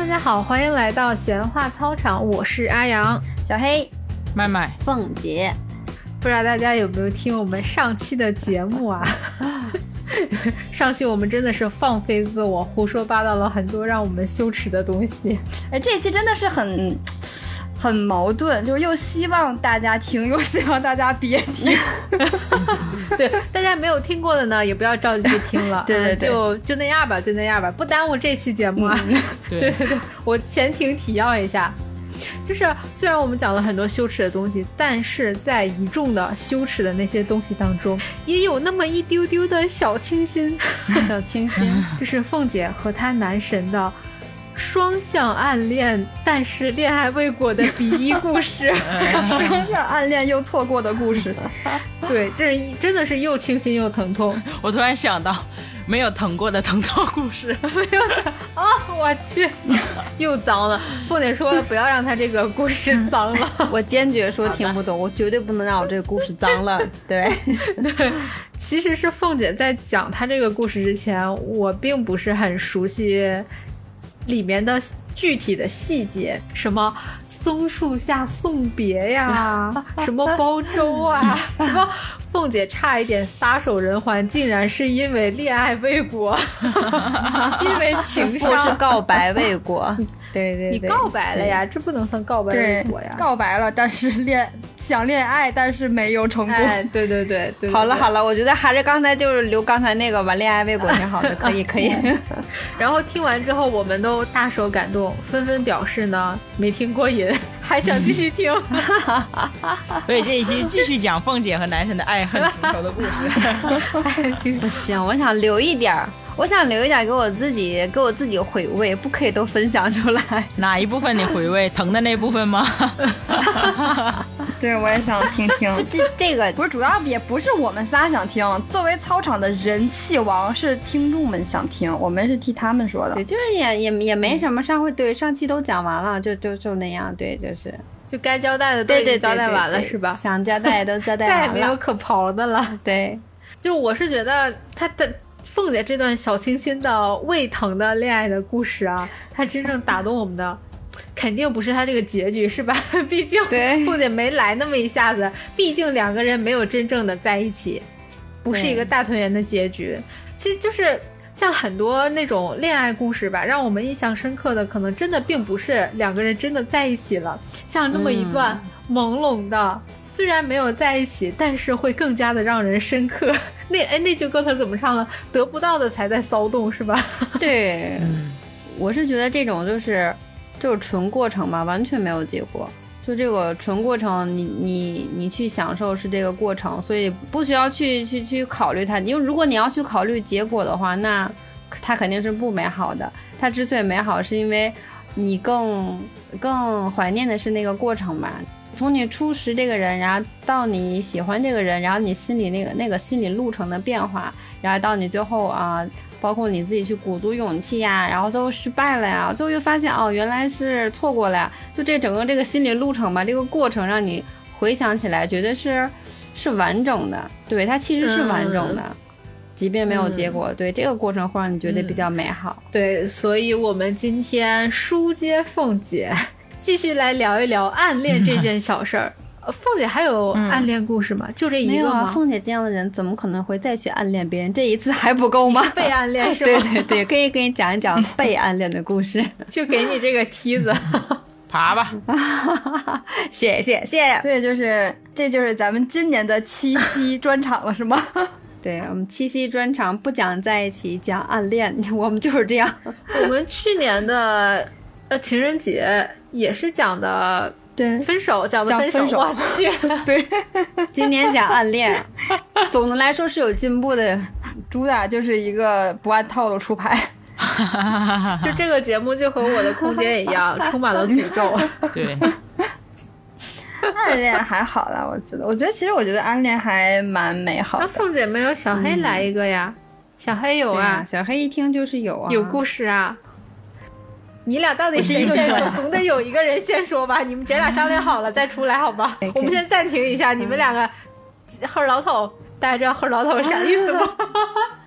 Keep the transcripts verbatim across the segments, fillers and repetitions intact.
家好，欢迎来到闲话操场，我是阿阳， 小黑， 麦麦， 凤姐。 不知道大家有没有听我们上期的节目啊？上期我们真的是放飞自我，胡说八道了很多让我们羞耻的东西。 哎，这期真的是很很矛盾，就是又希望大家听，又希望大家别听。 对，大家没有听过的呢，也不要着急去听了。 对对对， 就就那样吧，就那样吧，不耽误这期节目啊。 嗯、 对对对，我前庭提要一下。就是虽然我们讲了很多羞耻的东西，但是在一众的羞耻的那些东西当中，也有那么一丢丢的小清新。 小清新就是凤姐和她男神的双向暗恋但是恋爱未果的比翼故事。 双向暗恋又错过的故事。 对，这真的是又清新又疼痛。 我突然想到没有疼过的疼痛故事。 没有疼啊、哦！我去，又脏了。凤姐说不要让他这个故事脏了。 我坚决说听不懂，我绝对不能让我这个故事脏了。对对，其实是凤姐在讲她这个故事之前，我并不是很熟悉里面的具体的细节，什么松树下送别呀，什么煲粥啊，什么凤姐差一点撒手人寰，竟然是因为恋爱未果，因为情伤， 不是告白未果。对对对， 你告白了呀，这不能算告白未果呀。 告白了，但是恋想恋爱，但是没有成功。 哎，对对 对, 对, 对。 好了好了，我觉得还是刚才就是留刚才那个吧，恋爱未果挺好的，可以可以。 然后听完之后，我们都大受感动，纷纷表示呢没听过瘾，还想继续听。 所以这一期继续讲凤姐和男神的爱恨情仇的故事。 不行，我想留一点。我想留一点给我自己，给我自己回味，不可以都分享出来。 哪一部分你回味？疼的那部分吗？ 对，我也想听听。这这个不是主要，也不是我们仨想听。作为操场的人气王，是听众们想听，我们是替他们说的。对，就是也也也没什么，上回对上期都讲完了，就就就那样。对，就是就该交代的都已经交代完了， 对对对对对， 是吧？ 想交代都交代完了， 再也没有可刨的了。 对， 就我是觉得他的。凤姐这段小清新的胃疼的恋爱的故事啊，她真正打动我们的肯定不是她这个结局，是吧？毕竟凤姐没来那么一下子，毕竟两个人没有真正的在一起，不是一个大团圆的结局。其实就是像很多那种恋爱故事吧，让我们印象深刻的可能真的并不是两个人真的在一起了，像这么一段朦胧的、嗯、虽然没有在一起，但是会更加的让人深刻。那哎，那句歌词怎么唱了？得不到的才在骚动，是吧？ 对、嗯、我是觉得这种就是就是纯过程吧，完全没有结果。就这个纯过程，你你你去享受是这个过程，所以不需要去去去考虑它。因为如果你要去考虑结果的话，那它肯定是不美好的。它之所以美好，是因为你更更怀念的是那个过程吧。从你初识这个人，然后到你喜欢这个人，然后你心里那个那个心理路程的变化，然后到你最后啊，包括你自己去鼓足勇气呀，然后最后失败了呀，最后又发现哦原来是错过了呀，就这整个这个心理路程吧，这个过程让你回想起来觉得是是完整的，对，它其实是完整的。嗯，即便没有结果、嗯、对，这个过程会让你觉得比较美好、 嗯、对，所以我们今天书接凤姐，继续来聊一聊暗恋这件小事儿。凤姐还有暗恋故事吗？嗯、就这一个吗？ 没有啊，凤姐这样的人怎么可能会再去暗恋别人？这一次还不够吗？ 是被暗恋是吗？ 对对对，可以给你讲一讲被暗恋的故事。 就给你这个梯子， 爬吧。 谢谢谢谢。所以就是这就是咱们今年的七夕专场了，是吗？对，我们七夕专场不讲在一起，讲暗恋，我们就是这样。 我们去年的呃情人节也是讲的对分手，讲的分手， 分手我去， 对，今年讲暗恋，总的来说是有进步的，主打就是一个不按套路出牌。 就这个节目就和我的空间一样，充满了诅咒。 对。 暗恋还好啦，我觉得，我觉得其实我觉得暗恋还蛮美好的。 那凤姐没有小黑来一个呀？嗯、小黑有啊， 啊，小黑一听就是有啊， 有故事啊。你俩到底谁先说？总得有一个人先说吧？你们姐俩商量好了再出来好吧？我们先暂停一下，你们两个，黑老头，大家知道黑老头啥意思吗？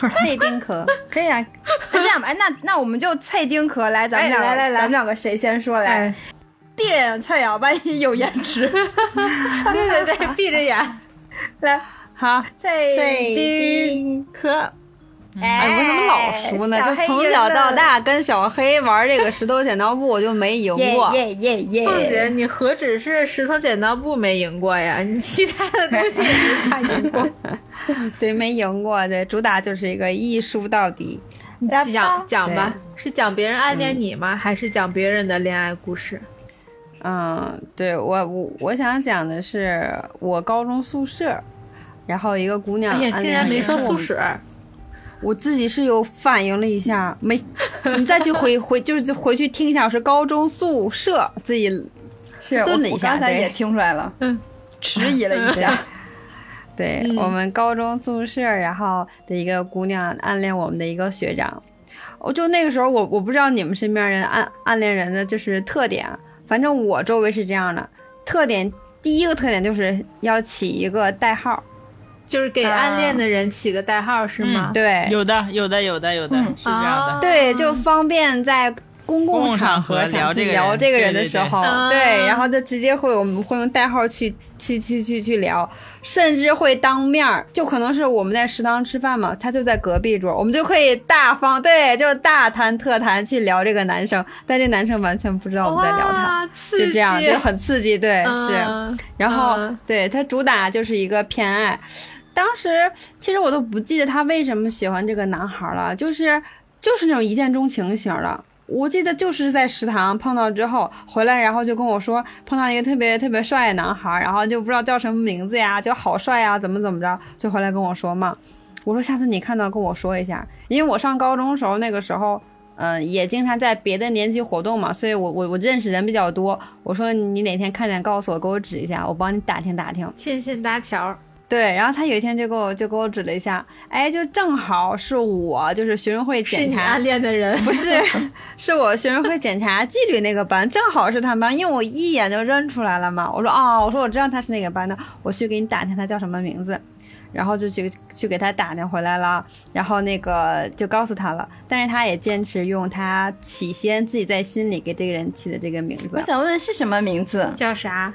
脆丁壳可以啊。那这样吧，那那我们就脆丁壳来，咱们两个、 哎、来来来， 咱们两个谁先说来？哎、闭着眼脆啊，万一有延迟。 对对对，闭着眼。 来， 好， 脆丁壳。 哎，我怎么老输呢？就从小到大跟小黑玩这个石头剪刀布，我就没赢过。 耶耶耶！ 凤姐，你何止是石头剪刀布没赢过呀？你其他的东西也没咋赢过。 对，没赢过。对，主打就是一个一输到底。 讲讲吧，是讲别人暗恋你吗？嗯、还是讲别人的恋爱故事？ 嗯，对我我我想讲的是我高中宿舍，然后一个姑娘， 哎呀，竟然没说宿舍。 我自己是有反应了一下，没，你再去回回就是回去听一下，我是高中宿舍，自己是顿了一下，刚才也听出来了，嗯，迟疑了一下。 对、嗯、我们高中宿舍，然后的一个姑娘暗恋我们的一个学长，我就那个时候我我不知道你们身边人暗暗恋人的就是特点，反正我周围是这样的特点，第一个特点就是要起一个代号。 就是给暗恋的人起个代号、啊、是吗、 嗯？对， 有的，有的，有的，有的，嗯、是这样的。 对，就方便在公共场合聊这个聊这个人的时候， 对, 对, 对, 对，然后就直接会我们会用代号去去去去去聊，甚至会当面，就可能是我们在食堂吃饭嘛，他就在隔壁桌，我们就可以大方对，就大谈特谈去聊这个男生，但这男生完全不知道我们在聊他，就这样就很刺激，对，嗯、是，然后、嗯、对他主打就是一个偏爱。当时其实我都不记得他为什么喜欢这个男孩了，就是就是那种一见钟情型的。我记得就是在食堂碰到之后回来，然后就跟我说碰到一个特别特别帅的男孩，然后就不知道叫什么名字呀，就好帅呀，怎么怎么着，就回来跟我说嘛。我说下次你看到跟我说一下，因为我上高中的时候那个时候嗯、呃，也经常在别的年级活动嘛，所以我我我认识人比较多。我说你哪天看见告诉我，给我指一下，我帮你打听打听， 牵线搭桥。 对，然后他有一天就给我就给我指了一下，哎，就正好是我就是学生会检查， 是你暗恋的人， 不是，是我学生会检查纪律那个班，正好是他们班，因为我一眼就认出来了嘛。我说哦，我说我知道他是那个班的，我去给你打听他叫什么名字，然后就去去给他打听回来了，然后那个就告诉他了，但是他也坚持用他起先自己在心里给这个人起的这个名字。 我想问是什么名字？ 叫啥？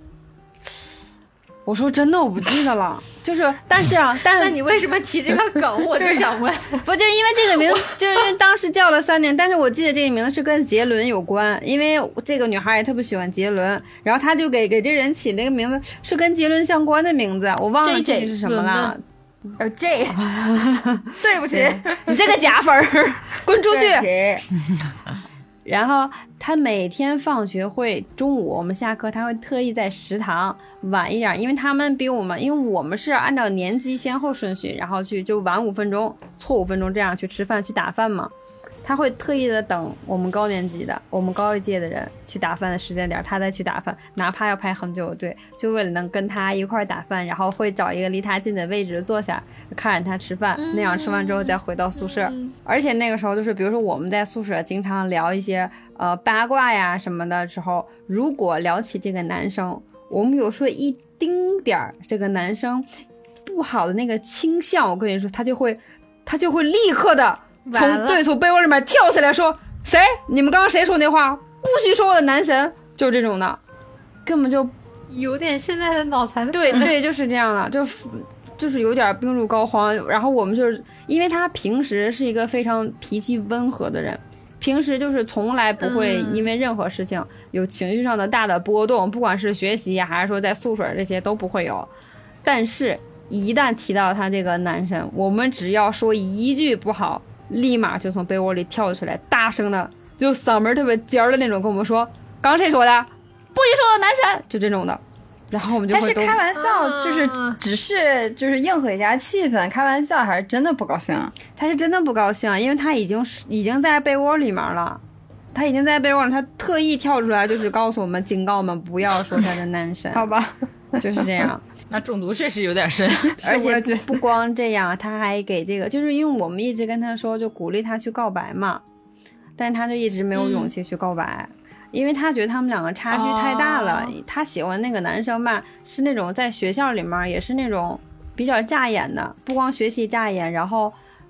我说真的我不记得了，就是但是啊，但是那你为什么提这个梗？我就想问， 不就是因为这个名字，就是因为当时叫了三年，但是我记得这个名字是跟杰伦有关，因为这个女孩也特别喜欢杰伦，然后他就给给这人起那个名字是跟杰伦相关的名字，我忘了这是什么了。 呃 J， 对不起， 你这个假粉儿，滚出去。然后他每天放学会中午我们下课他会特意在食堂晚一点，因为他们比我们因为我们是按照年级先后顺序，然后去就晚五分钟错五分钟这样去吃饭去打饭嘛，他会特意的等我们高年级的我们高一届的人去打饭的时间点他再去打饭，哪怕要排很久的队，就为了能跟他一块打饭，然后会找一个离他近的位置坐下看着他吃饭，那样吃完之后再回到宿舍、嗯、而且那个时候就是比如说我们在宿舍经常聊一些呃八卦呀什么的时候，如果聊起这个男生，我们有说一丁点儿这个男生不好的那个倾向，我跟你说他就会他就会立刻的从对从被窝里面跳起来说谁你们刚刚谁说那话不许说我的男神，就这种的，根本就有点现在的脑残。 对对，就是这样的，就就是有点病入膏肓。然后我们就是因为他平时是一个非常脾气温和的人，平时就是从来不会因为任何事情有情绪上的大的波动、嗯、不管是学习还是说在宿舍这些都不会有，但是一旦提到他这个男生，我们只要说一句不好，立马就从被窝里跳出来，大声的就嗓门特别尖的那种跟我们说刚谁说的不许说我男神，就这种的。然后我们就会他是开玩笑，就是只是就是应和一下气氛，开玩笑还是真的不高兴？ 他是真的不高兴，因为他已经已经在被窝里面了，他已经在被窝里，他特意跳出来就是告诉我们警告我们不要说他的男神好吧， 就是这样。 那中毒确实有点深。 而且不光这样，他还给这个就是因为我们一直跟他说就鼓励他去告白嘛，但是他就一直没有勇气去告白、嗯，因为他觉得他们两个差距太大了、哦、他喜欢那个男生吧是那种在学校里面也是那种比较扎眼的，不光学习扎眼，然后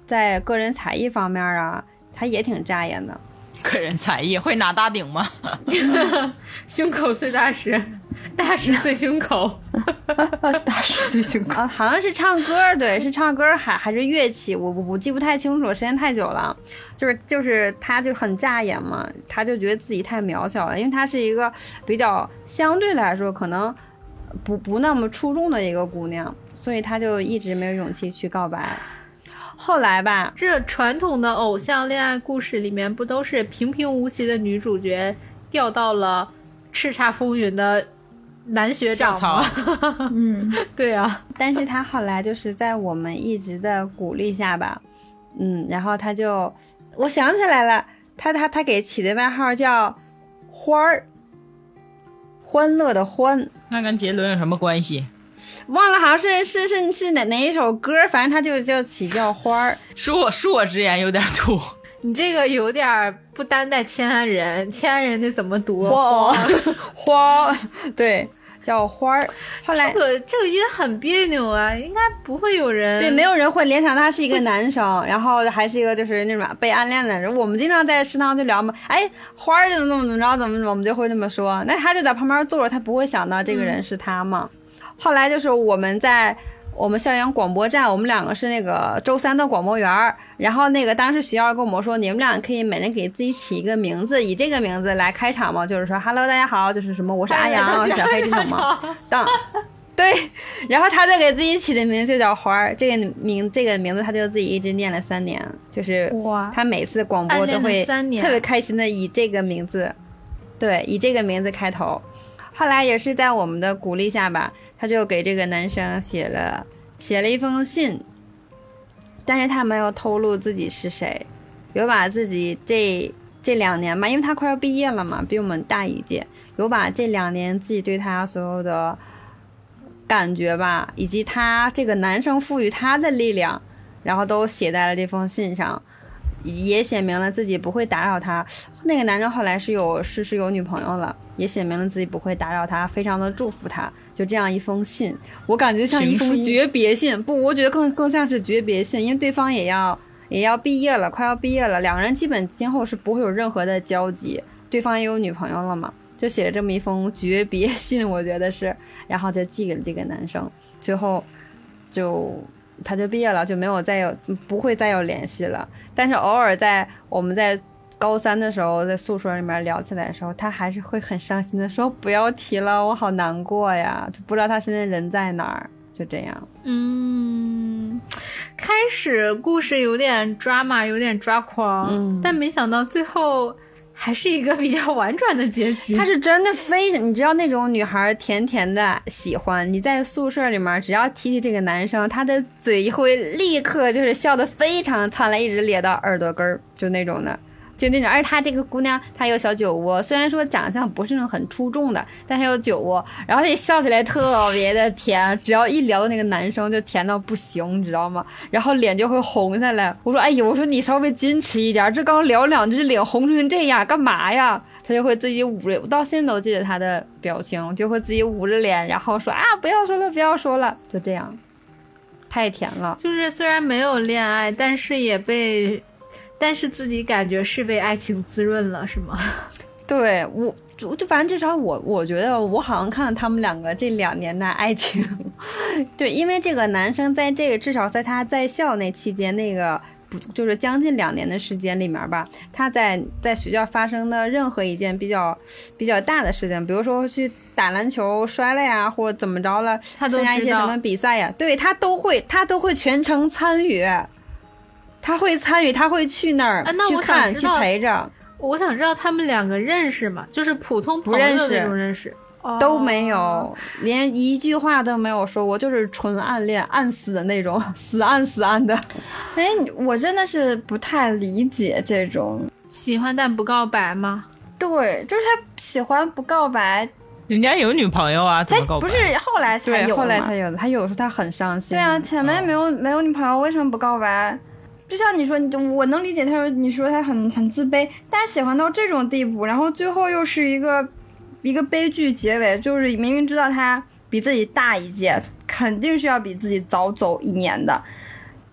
在个人才艺方面啊，他也挺扎眼的。 个人才艺会拿大顶吗？ 胸口碎大石，大石碎胸口。 大石碎胸口啊，好像是唱歌，对，是唱歌还还是乐器，我我我记不太清楚，时间太久了。就是就是他就很扎眼嘛，他就觉得自己太渺小了，因为他是一个比较相对来说可能不不那么出众的一个姑娘，所以他就一直没有勇气去告白。后来吧， 这传统的偶像恋爱故事里面，不都是平平无奇的女主角调到了叱咤风云的男学长吗？ 嗯， 对啊。 但是他后来就是在我们一直的鼓励下吧，嗯，然后他就，我想起来了，他他他给起的外号叫欢儿，欢乐的欢。 那跟杰伦有什么关系？ 忘了，好像是是是是哪哪一首歌，反正他就叫起叫花儿。 恕我恕我直言有点土， 你这个有点不担待千安人，千安人得怎么读？ 花花，对，叫花儿。后来这个这个音很别扭啊，应该不会有人对，没有人会联想他是一个男生，然后还是一个就是那种被暗恋的人。我们经常在食堂就聊嘛，哎，花儿怎么怎么怎么着，怎么怎么，我们就会这么说。那他就在旁边坐着，他不会想到这个人是他嘛。嗯，后来就是我们在我们校园广播站，我们两个是那个周三的广播员，然后那个当时学校跟我们说，你们俩可以每人给自己起一个名字，以这个名字来开场嘛，就是说 Hello 大家好，就是什么我是阿阳小黑这种嘛，当对，然后他就给自己起的名字就叫花儿，这个名这个名字他就自己一直念了三年，就是他每次广播都会特别开心的以这个名字，对，以这个名字开头。后来也是在我们的鼓励下吧，他就给这个男生写了写了一封信，但是他没有透露自己是谁，有把自己这这两年吧，因为他快要毕业了嘛，比我们大一届，有把这两年自己对他所有的感觉吧，以及他这个男生赋予他的力量，然后都写在了这封信上，也写明了自己不会打扰他。那个男生后来是有是是有女朋友了，也写明了自己不会打扰他，非常的祝福他。就这样一封信，我感觉像一封诀别信，不，我觉得更更像是诀别信，因为对方也要也要毕业了，快要毕业了，两个人基本今后是不会有任何的交集，对方也有女朋友了嘛，就写了这么一封诀别信，我觉得是，然后就寄给了这个男生，最后就他就毕业了，就没有再有不会再有联系了。但是偶尔在我们在高三的时候在宿舍里面聊起来的时候，他还是会很伤心的说不要提了，我好难过呀，就不知道他现在人在哪儿，就这样。 嗯，开始故事有点抓马，有点抓狂、嗯、但没想到最后还是一个比较婉转的结局。 他是真的非常，你知道那种女孩甜甜的喜欢你，在宿舍里面只要提起这个男生，他的嘴会立刻就是笑得非常灿烂，一直咧到耳朵根儿，就那种的，就那种。而且她这个姑娘她有小酒窝，虽然说长相不是那种很出众的，但她有酒窝，然后她笑起来特别的甜，只要一聊到那个男生就甜到不行，你知道吗？然后脸就会红下来。我说哎呦，我说你稍微矜持一点，这刚聊两句脸红成这样干嘛呀？她就会自己捂着，我到现在都记得她的表情，就会自己捂着脸，然后说啊不要说了不要说了，就这样，太甜了。 就是虽然没有恋爱，但是也被但是自己感觉是被爱情滋润了，是吗？ 对，我就就反正至少我我觉得我好像看了他们两个这两年的爱情。对，因为这个男生在这个至少在他在校那期间，那个不就是将近两年的时间里面吧，他在在学校发生的任何一件比较比较大的事情，比如说去打篮球摔了呀，或者怎么着了， 他都知道参加一些什么比赛呀，对，他都会他都会全程参与。他会参与，他会去那儿、啊、 那去看去陪着。 我想知道他们两个认识吗？就是普通朋友那种认识， 都没有、哦，连一句话都没有说过，就是纯暗恋，暗死的那种，死暗死暗的。 哎，我真的是不太理解这种喜欢但不告白吗？ 对，就是他喜欢不告白。 人家有女朋友啊，怎么告白？ 不是后来才有， 后来才有的。他有时候他很伤心。 对啊，前面没有、哦、没有女朋友，为什么不告白？就像你说，你我能理解他说，你说他很很自卑，但喜欢到这种地步，然后最后又是一个一个悲剧结尾，就是明明知道他比自己大一届，肯定是要比自己早走一年的，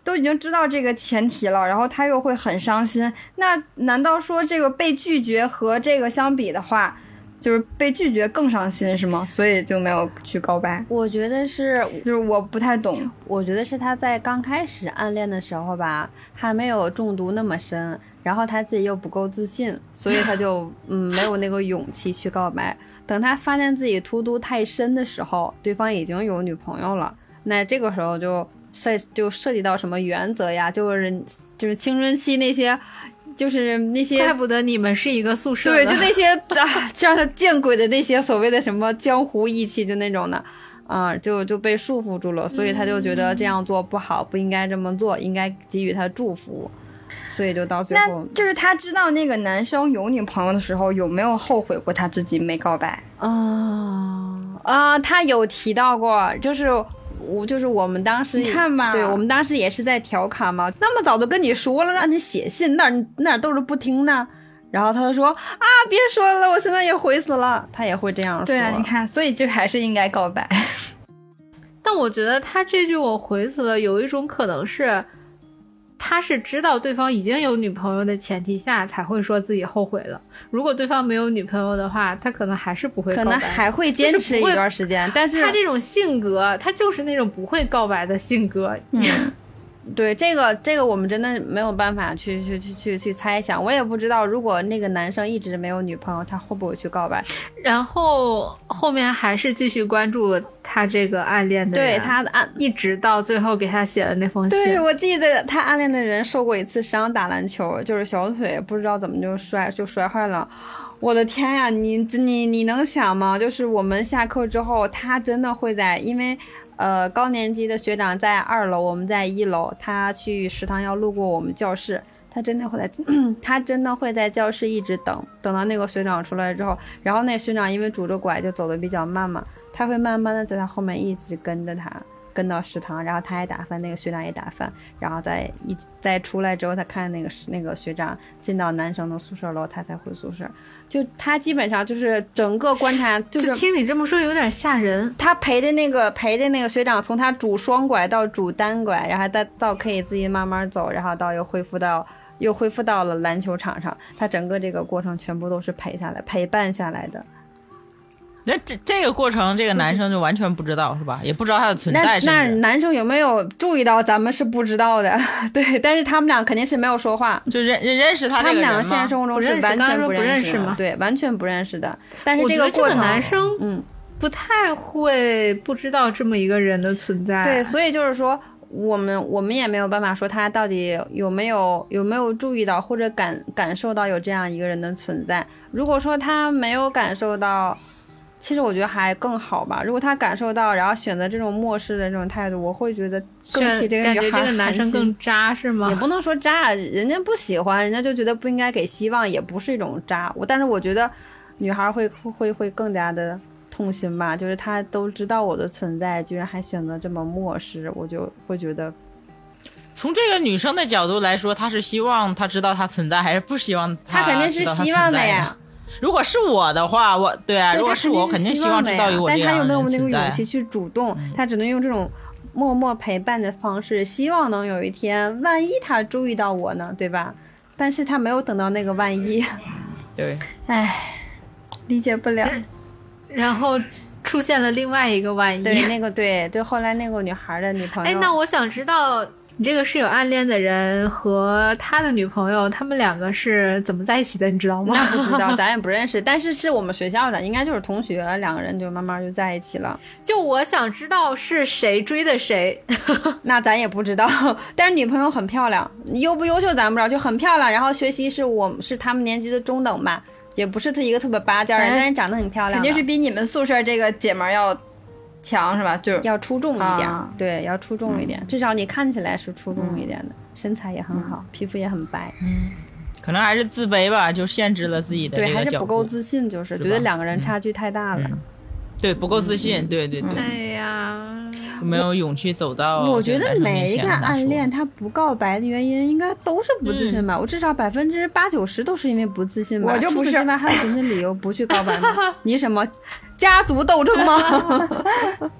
都已经知道这个前提了，然后他又会很伤心，那难道说这个被拒绝和这个相比的话，就是被拒绝更伤心是吗？所以就没有去告白。 我觉得是， 就是我不太懂， 我觉得是他在刚开始暗恋的时候吧，还没有中毒那么深，然后他自己又不够自信，所以他就嗯没有那个勇气去告白。等他发现自己荼毒太深的时候，对方已经有女朋友了，那这个时候就涉就涉及到什么原则呀，就是就是青春期那些。就是那些， 怪不得你们是一个宿舍的。 对，就那些啊，让他见鬼的那些所谓的什么江湖义气，就那种的，啊、呃，就就被束缚住了，所以他就觉得这样做不好，不应该这么做，应该给予他祝福，所以就到最后， 那就是他知道那个男生有女朋友的时候，有没有后悔过他自己没告白？ 啊啊，他有提到过，就是。我就是我们当时， 你看吧， 对我们当时也是在调侃嘛，那么早就跟你说了，让你写信，哪哪都是不听呢。然后他就说啊，别说了，我现在也悔死了。他也会这样说。 对啊，你看，所以就还是应该告白。 但我觉得他这句我悔死了，有一种可能是，他是知道对方已经有女朋友的前提下才会说自己后悔了。如果对方没有女朋友的话，他可能还是不会告白， 可能还会坚持一段时间。但是他这种性格，他就是那种不会告白的性格。 嗯，对，这个这个我们真的没有办法去去去去去猜想。我也不知道，如果那个男生一直没有女朋友，他会不会去告白？ 然后后面还是继续关注他这个暗恋的人， 对他暗一直到最后给他写了那封信。 对，我记得他暗恋的人受过一次伤，打篮球就是小腿不知道怎么就摔就摔坏了。我的天呀，你你你能想吗？就是我们下课之后，他真的会在，因为呃高年级的学长在二楼，我们在一楼，他去食堂要路过我们教室。他真的会在，他真的会在教室一直等，等到那个学长出来之后，然后那个学长因为拄着拐就走得比较慢嘛，他会慢慢的在他后面一直跟着他，跟到食堂，然后他也打饭，那个学长也打饭，然后再一再出来之后，他看那个那个学长进到男生的宿舍楼，他才回宿舍。就他基本上就是整个观察，就是听你这么说有点吓人。 他陪着那个陪着那个学长，从他拄双拐到拄单拐，然后到到可以自己慢慢走，然后到又恢复到。又恢复到了篮球场上，他整个这个过程全部都是陪下来陪伴下来的。 那这这个过程，这个男生就完全不知道是吧？也不知道他的存在。 那那男生有没有注意到？咱们是不知道的。对，但是他们俩肯定是没有说话， 就认认识他这个人吗？ 他们两个现实生活中是完全不认识吗？ 对，完全不认识的。但是这个过程，男生嗯不太会不知道这么一个人的存在。 对，所以就是说。我们我们也没有办法说他到底有没有有没有注意到或者感感受到有这样一个人的存在。如果说他没有感受到，其实我觉得还更好吧。如果他感受到，然后选择这种漠视的这种态度，我会觉得更替这个女孩， 感觉这个男生更渣是吗？ 也不能说渣，人家不喜欢，人家就觉得不应该给希望，也不是一种渣。我但是我觉得女孩会会会更加的。痛心吧，就是他都知道我的存在，居然还选择这么漠视，我就会觉得， 从这个女生的角度来说，她是希望他知道他存在，还是不希望他？ 他肯定是希望的呀。 如果是我的话，我对啊， 对如果是我，我肯定希望知道有我这样的人存在。 但他有没有那个勇气去主动？嗯、他只能用这种默默陪伴的方式，希望能有一天，万一他注意到我呢，对吧？但是他没有等到那个万一。 对， 唉，理解不了。 然后出现了另外一个万一， 对那个对，就后来那个女孩的女朋友。 哎，那我想知道你这个是有暗恋的人和他的女朋友，他们两个是怎么在一起的，你知道吗？ 那不知道，咱也不认识，但是是我们学校的，应该就是同学，两个人就慢慢就在一起了。 就我想知道是谁追的谁， 那咱也不知道。但是女朋友很漂亮，优不优秀咱不知道，就很漂亮，然后学习是我是他们年级的中等吧。也不是他一个特别拔尖人，但是长得很漂亮， 肯定是比你们宿舍这个姐们要强是吧？就是要出众一点、 啊， 对，要出众一点、嗯，至少你看起来是出众一点的，嗯、身材也很好、嗯，皮肤也很白。 嗯，可能还是自卑吧，就限制了自己的这个对，还是不够自信，就是觉得两个人差距太大了。 嗯、对，不够自信，嗯、对对对。 哎呀。 没有勇气走到我觉得每一个暗恋他不告白的原因应该都是不自信吧、嗯、我至少百分之八九十都是因为不自信吧。 我就不是， 除此之外还有什么理由不去告白吗？你什么家族斗争吗？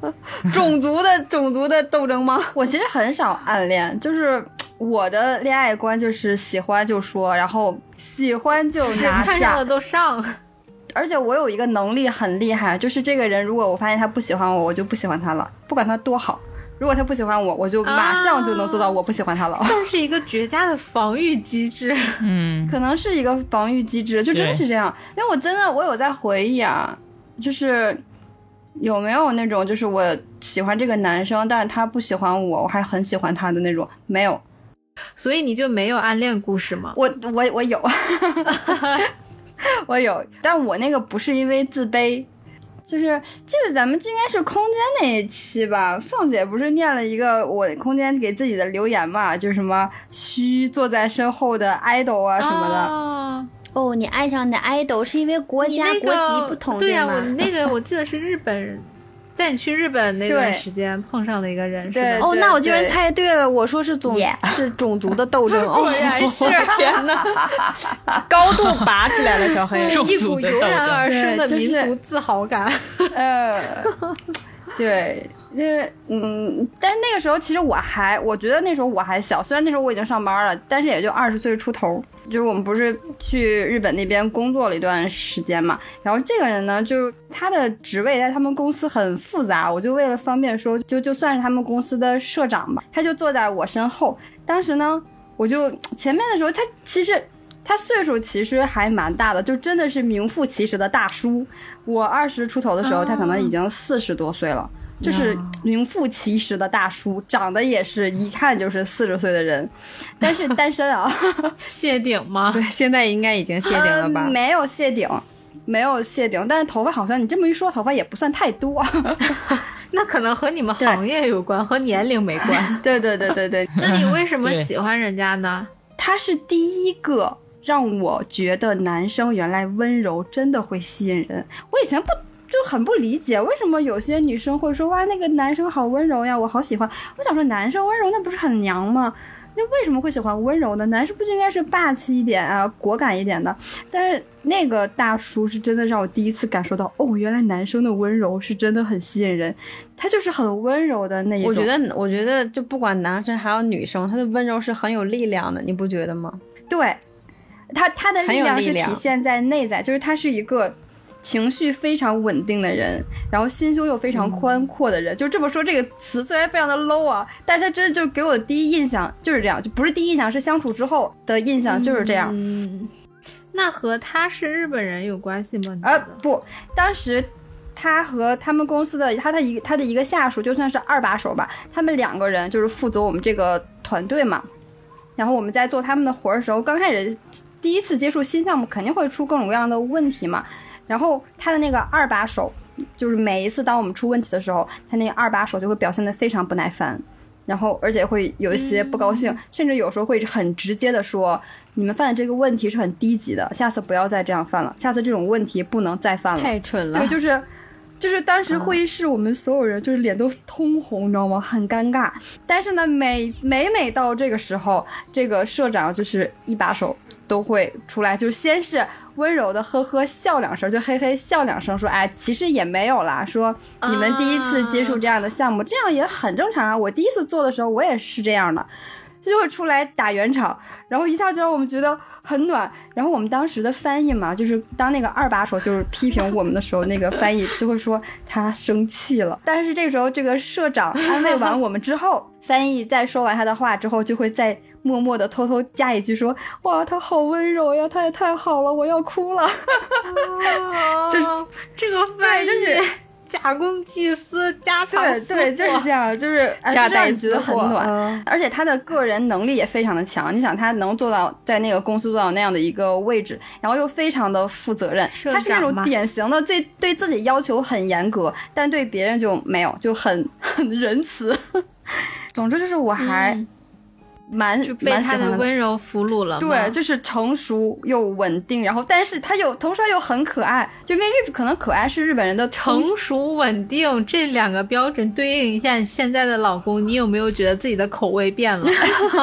种族的种族的斗争吗？我其实很少暗恋，就是我的恋爱观就是喜欢就说，然后喜欢就拿下， 看上了都上。 而且我有一个能力很厉害，就是这个人如果我发现他不喜欢我，我就不喜欢他了，不管他多好。如果他不喜欢我，我就马上就能做到我不喜欢他了。 像是一个绝佳的防御机制。 嗯， 可能是一个防御机制，就真的是这样。因为我真的我有在回忆啊，就是有没有那种就是我喜欢这个男生，但是他不喜欢我，我还很喜欢他的那种，没有。 所以你就没有暗恋故事吗？ 我我我有。我有，但我那个不是因为自卑，就是记得咱们这应该是空间那一期吧，凤姐不是念了一个我空间给自己的留言嘛，就是什么虚坐在身后的 idol 啊什么的。 哦， 哦你爱上你的 idol 是因为国家、 那个、 国籍不同， 对呀、 吗？ 我那个我记得是日本人。在你去日本那段时间碰上的一个人是吧？ 哦，那我居然猜对了，我说是种、yeah. 是种族的斗争。 果然是， 天哪，高度拔起来了，小黑， 一股油然而生的民族自豪感。 就是、呃，对，就是嗯，但是那个时候其实我还，我觉得那时候我还小，虽然那时候我已经上班了，但是也就二十岁出头。就是我们不是去日本那边工作了一段时间嘛，然后这个人呢，就他的职位在他们公司很复杂，我就为了方便说，就就算是他们公司的社长吧，他就坐在我身后。当时呢，我就前面的时候，他其实他岁数其实还蛮大的，就真的是名副其实的大叔。我二十出头的时候，他可能已经四十多岁了。就是名副其实的大叔，长得也是一看就是四十岁的人，但是单身啊。 谢顶吗？ 对，现在应该已经谢顶了吧、 呃、没有谢顶，没有谢顶，但是头发好像你这么一说，头发也不算太多。 那可能和你们行业有关，和年龄没关。 对对对对对。 那你为什么喜欢人家呢？ 他是第一个让我觉得男生原来温柔真的会吸引人。我以前不就很不理解为什么有些女生会说哇那个男生好温柔呀，我好喜欢。我想说男生温柔那不是很娘吗？那为什么会喜欢温柔的？男生不就应该是霸气一点啊，果敢一点的？但是那个大叔是真的让我第一次感受到，哦，原来男生的温柔是真的很吸引人，他就是很温柔的那一种。 我觉得，我觉得就不管男生还有女生，他的温柔是很有力量的，你不觉得吗？ 对，他他的力量是体现在内在，就是他是一个情绪非常稳定的人，然后心胸又非常宽阔的人、嗯、就这么说这个词虽然非常的 low 啊，但是他真的就给我的第一印象就是这样，就不是第一印象，是相处之后的印象就是这样。 嗯，那和他是日本人有关系吗？ 呃不，当时他和他们公司的他的一个他的一个下属就算是二把手吧，他们两个人就是负责我们这个团队嘛，然后我们在做他们的活的时候，刚开始第一次接触新项目肯定会出各种各样的问题嘛，然后他的那个二把手就是每一次当我们出问题的时候，他那个二把手就会表现得非常不耐烦，然后而且会有一些不高兴、嗯、甚至有时候会很直接的说你们犯的这个问题是很低级的，下次不要再这样犯了，下次这种问题不能再犯了。 太蠢了。 对，就是就是当时会议室我们所有人就是脸都通红，你知道吗？很尴尬。但是呢每每每到这个时候，这个社长就是一把手都会出来，就先是温柔的呵呵笑两声，就嘿嘿笑两声，说哎其实也没有啦，说你们第一次接触这样的项目、啊、这样也很正常啊，我第一次做的时候我也是这样的，就会出来打圆场，然后一下就让我们觉得很暖。然后我们当时的翻译嘛，就是当那个二把手就是批评我们的时候，那个翻译就会说他生气了，但是这个时候这个社长安慰完我们之后翻译在说完他的话之后就会再默默的偷偷加一句说哇他好温柔呀，他也太好了，我要哭了。就是这个翻译就是假公济私，家藏私货。 对对，就是这样，就是夹带觉得很暖、嗯、而且他的个人能力也非常的强，你想他能做到在那个公司做到那样的一个位置，然后又非常的负责任，他是那种典型的最对自己要求很严格，但对别人就没有，就很很仁慈。总之就是我还、嗯蛮就被他的温柔俘虏了。 对，就是成熟又稳定，然后但是他又同时又很可爱，就因为日可能可爱是日本人的成熟稳定这两个标准对应一下你现在的老公，你有没有觉得自己的口味变了？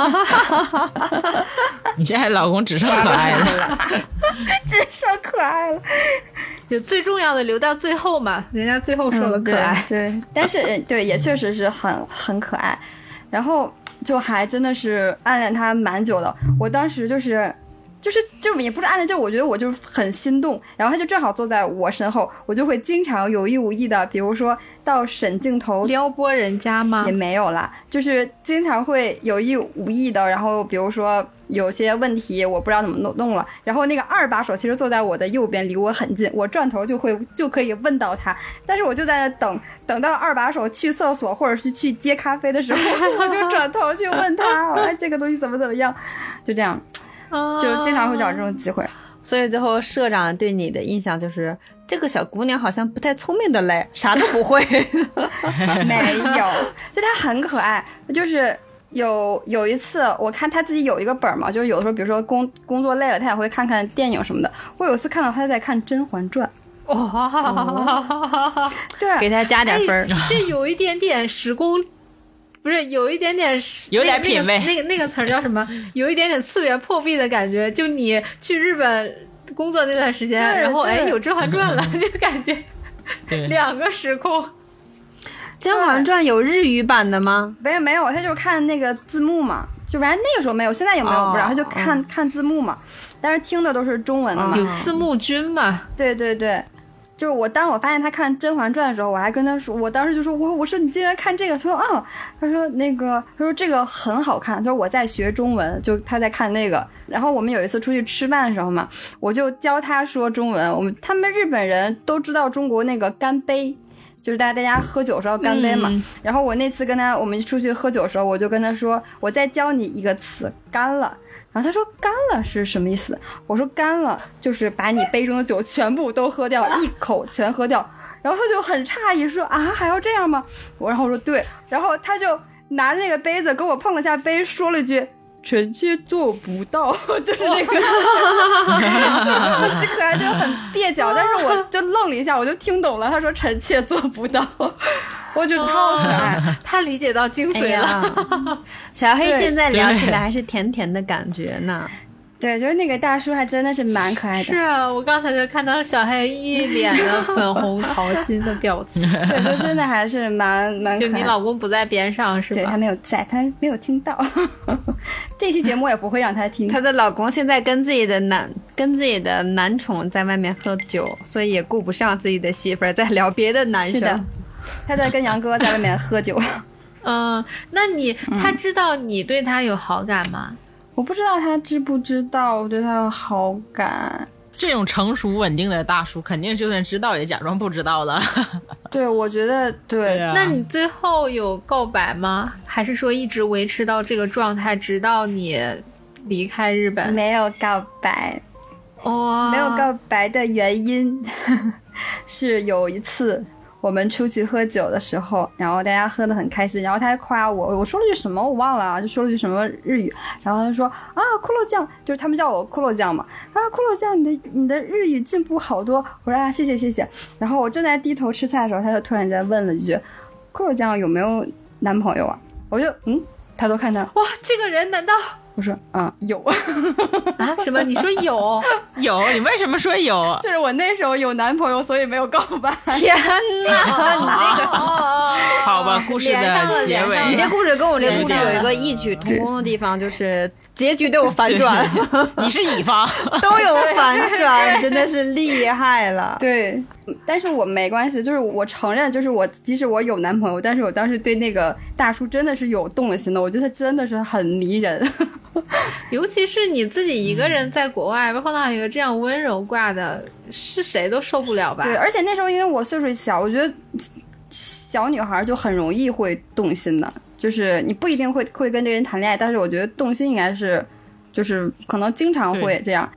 你现在老公只剩可爱了， 只剩可爱了， 就最重要的留到最后嘛，人家最后说了可爱。 嗯、对, 对，但是对也确实是很很可爱，然后就还真的是暗恋他蛮久的。我当时就是就是就也不是暗恋，就我觉得我就很心动，然后他就正好坐在我身后，我就会经常有意无意的，比如说到沈镜头撩拨人家吗？ 也没有啦，就是经常会有意无意的，然后比如说有些问题我不知道怎么弄弄了，然后那个二把手其实坐在我的右边，离我很近，我转头就会就可以问到他，但是我就在那等等到二把手去厕所或者是去接咖啡的时候，我就转头去问他，我说这个东西怎么怎么样，就这样，就经常会找这种机会。 所以最后社长对你的印象就是这个小姑娘好像不太聪明的嘞，啥都不会。 没有，就她很可爱，就是有有一次我看她自己有一个本嘛，就是有的时候比如说工工作累了，她也会看看电影什么的。我有一次看到她在看《甄嬛传》， 哇、哦， 对， 给她加点分、 哎、这有一点点时工。不是有一点点有点品味， 那个那个那个词儿叫什么？有一点点次元破壁的感觉。就你去日本工作那段时间，然后哎有《甄嬛传》了，就感觉两个时空。《 甄嬛传》有日语版的吗？ 没有没有，他就是看那个字幕嘛。就反正那个时候没有，现在有没有不知道，他就看、哦、看字幕嘛。但是听的都是中文的嘛， 有字幕君嘛。 对对对。就是我当我发现他看《甄嬛传》的时候，我还跟他说，我当时就说，我我说你竟然看这个，他说啊，他说那个，他说这个很好看，他说我在学中文，就他在看那个。然后我们有一次出去吃饭的时候嘛，我就教他说中文，我们他们日本人都知道中国那个干杯，就是大家大家喝酒的时候干杯嘛、嗯。然后我那次跟他我们出去喝酒的时候，我就跟他说，我再教你一个词，干了。然后他说干了是什么意思？我说干了就是把你杯中的酒全部都喝掉，一口全喝掉。然后他就很诧异说啊还要这样吗？我然后我说对，然后他就拿着那个杯子跟我碰了下杯，说了一句臣妾做不到，就是那个就是可爱，就是很蹩脚，但是我就愣了一下，我就听懂了，他说臣妾做不到。我就超可爱、哦、 他理解到精髓了、 哎、小黑现在聊起来还是甜甜的感觉呢。 对，就是那个大叔还真的是蛮可爱的。 是啊，我刚才就看到小黑一脸的粉红桃心的表情。 对，就真的还是蛮蛮可爱的。 就你老公不在边上是吧？ 对，他没有在，他没有听到。这期节目也不会让他听。 他的老公现在跟自己的男跟自己的男宠在外面喝酒，所以也顾不上自己的媳妇儿，在聊别的男生。 是的，他在跟杨哥在外面喝酒。 嗯，那你他知道你对他有好感吗？ 我不知道他知不知道我对他有好感。 这种成熟稳定的大叔肯定就算知道也假装不知道了。 对，我觉得 对, 对、啊、 那你最后有告白吗？还是说一直维持到这个状态直到你离开日本？ 没有告白。 哦， 没有告白的原因是有一次我们出去喝酒的时候，然后大家喝得很开心，然后他还夸我，我说了句什么我忘了啊，就说了句什么日语，然后他说啊骷髅酱，就是他们叫我骷髅酱嘛，啊骷髅酱你的你的日语进步好多，我说啊谢谢谢谢，然后我正在低头吃菜的时候，他就突然间问了一句骷髅酱有没有男朋友啊？我就嗯，他都看他， 哇这个人难道？ 我说嗯有啊什么？你说有有？你为什么说有？ 就是我那时候有男朋友，所以没有告白。 天哪，你这个好吧，故事的结尾， 你这故事跟我这故事有一个异曲同工的地方，就是结局都有反转。 你是乙方， 都有反转，真的是厉害了。 对，但是我没关系，就是我承认，就是我即使我有男朋友，但是我当时对那个大叔真的是有动了心的，我觉得他真的是很迷人。 尤其是你自己一个人在国外碰到一个这样温柔挂的，是谁都受不了吧？ 对，而且那时候因为我岁数小，我觉得小女孩就很容易会动心的，就是你不一定会会跟这个人谈恋爱，但是我觉得动心应该是就是可能经常会这样。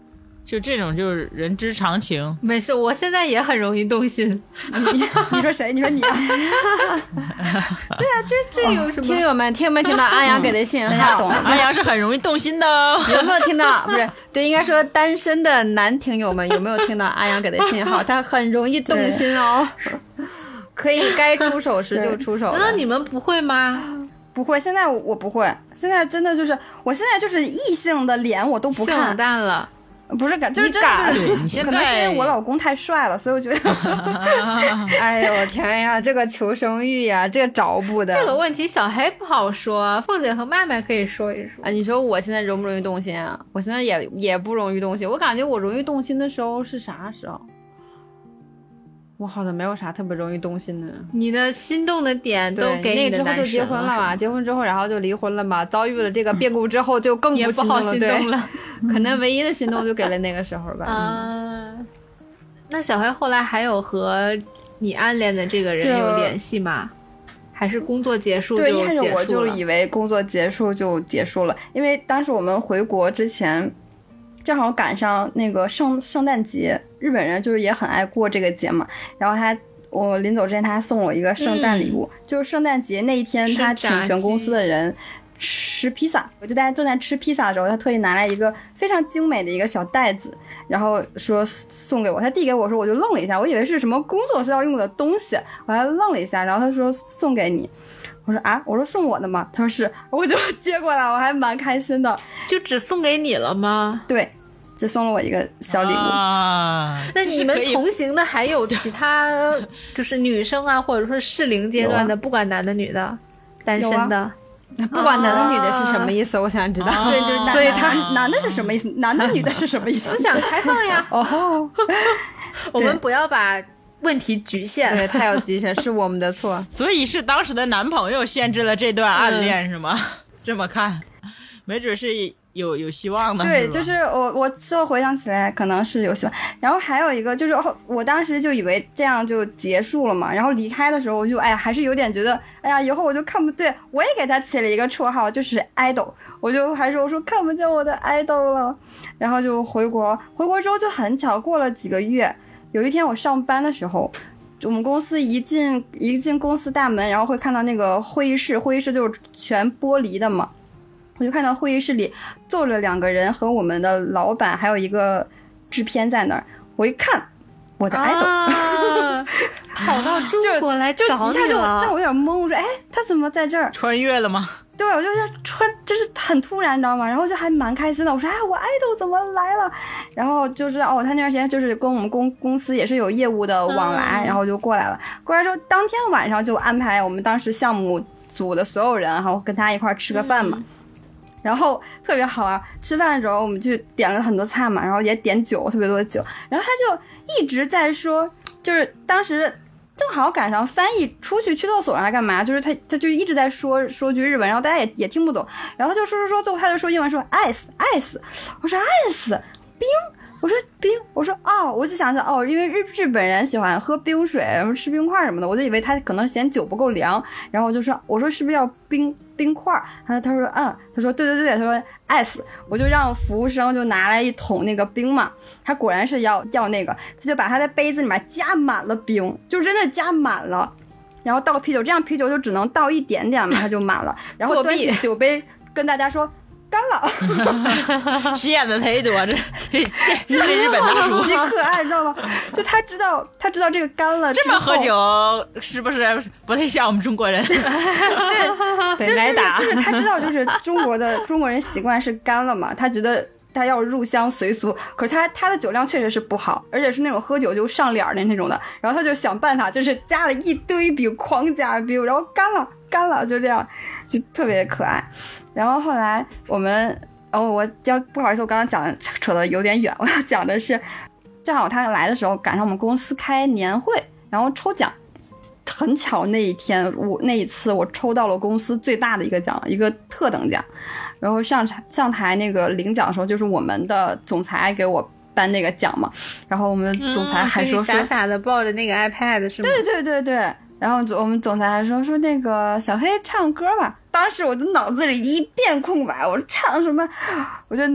就这种就是人之常情。 没事，我现在也很容易动心。 你你说谁？你说你啊？ 对啊，这这有什么？ 听友们，听没听到阿阳给的信号？懂了。 阿阳是很容易动心的哦。 有没有听到？不是，对，应该说单身的男听友们有没有听到阿阳给的信号？他很容易动心哦。可以该出手时就出手。 难道你们不会吗？ 不会，现在我我不会，现在真的就是，我现在就是异性的脸我都不看， 性淡了。 不是感，就是真的就是，可能是因为我老公太帅了，所以我觉得， 哎呦我天呀，这个求生欲呀，这个找补的。 这个问题小黑不好说，凤姐和麦麦可以说一说啊。你说我现在容不容易动心啊？我现在也也不容易动心，我感觉我容易动心的时候是啥时候？我好像没有啥特别容易动心的。 你的心动的点都给你的男神了。那之后就结婚了嘛，结婚之后然后就离婚了嘛，遭遇了这个变故之后就更不心动了， 也不好心动了。 可能唯一的心动就给了那个时候吧。 啊、嗯，那小黑后来还有和你暗恋的这个人有联系吗？还是工作结束就结束了？ 对，一开始我就以为工作结束就结束了，因为当时我们回国之前正好赶上那个圣圣诞节，日本人就是也很爱过这个节嘛。然后他，我临走之前他还送我一个圣诞礼物，嗯、就是圣诞节那一天，他请全公司的人吃披萨。我就大家正在吃披萨的时候，他特意拿来一个非常精美的一个小袋子，然后说送给我。他递给我说，我就愣了一下，我以为是什么工作需要用的东西，我还愣了一下。然后他说送给你。我说啊，我说送我的吗？他说是，我就接过来，我还蛮开心的。 就只送给你了吗？ 对，只送了我一个小礼物。 啊， 那你们同行的还有其他就是女生啊，或者说适龄阶段的，啊、不管男的女的，单身的。啊、 不管男的女的是什么意思？啊、我想知道。 对，就是所以他男的是什么意思？男的女的是什么意思？ 思想开放呀。 哦， 我们不要把问题局限， 对，太有局限，是我们的错。 所以是当时的男朋友限制了这段暗恋，嗯、是吗？这么看，没准是有有希望的。 对， 是就是我我之后回想起来，可能是有希望。然后还有一个就是，我当时就以为这样就结束了嘛。然后离开的时候，我就哎呀，还是有点觉得，哎呀，以后我就看不对。我也给他起了一个绰号，就是 idol。我就还说我说看不见我的 idol 了。然后就回国，回国之后就很巧，过了几个月。有一天我上班的时候，我们公司一进一进公司大门，然后会看到那个会议室，会议室就是全玻璃的嘛。我就看到会议室里坐着两个人和我们的老板还有一个制片在那儿。我一看，我的 idol、啊、 跑到中国来找你了， 就一下就让我有点懵。我说哎，他怎么在这儿？ 穿越了吗？ 对，我就要穿，就是很突然，你知道吗？然后就还蛮开心的。我说哎，我 idol 怎么来了？然后就知道哦，他那段时间就是跟我们公公司也是有业务的往来，嗯、然后就过来了。过来之后，当天晚上就安排我们当时项目组的所有人，然后跟他一块吃个饭嘛。嗯、然后特别好啊，吃饭的时候我们就点了很多菜嘛，然后也点酒，特别多的酒。然后他就一直在说，就是当时。正好赶上翻译出去去厕所还干嘛，就是他他就一直在说说句日文，然后大家也也听不懂，然后就说说说，最后他就说英文说 ice ice， 我说 ice 冰，我说冰，我说哦，我就想想哦，因为日日本人喜欢喝冰水，然后吃冰块什么的，我就以为他可能嫌酒不够凉，然后我就说我说是不是要冰冰块？他他说嗯，他说对对对，他说 ice， 我就让服务生就拿来一桶那个冰嘛，他果然是要要那个，他就把他的杯子里面加满了冰，就真的加满了，然后倒啤酒，这样啤酒就只能倒一点点嘛，他就满了，然后端起酒杯跟大家说。干了， 显得忒多，这这这这日本大叔极可爱，你知道吗？就他知道，他知道这个干了， 这么喝酒是不是不太像我们中国人？ 对对，来打， 就是他知道，就是中国的中国人习惯是干了嘛，他觉得他要入乡随俗，可是他他的酒量确实是不好，而且是那种喝酒就上脸的那种的，然后他就想办法，就是加了一堆冰，狂加冰，然后干了干了，就这样，就特别可爱。然后后来我们，哦，我叫不好意思，我刚刚讲的扯得有点远，我要讲的是，正好他来的时候赶上我们公司开年会，然后抽奖，很巧那一天我那一次我抽到了公司最大的一个奖，一个特等奖，然后上台上台那个领奖的时候，就是我们的总裁给我颁那个奖嘛，然后我们总裁还说、 嗯、傻傻的抱着那个 iPad 是吗？ 对对对对。然后我们总裁还说说那个小黑唱歌吧，当时我的脑子里一片空白，我唱什么？我就脑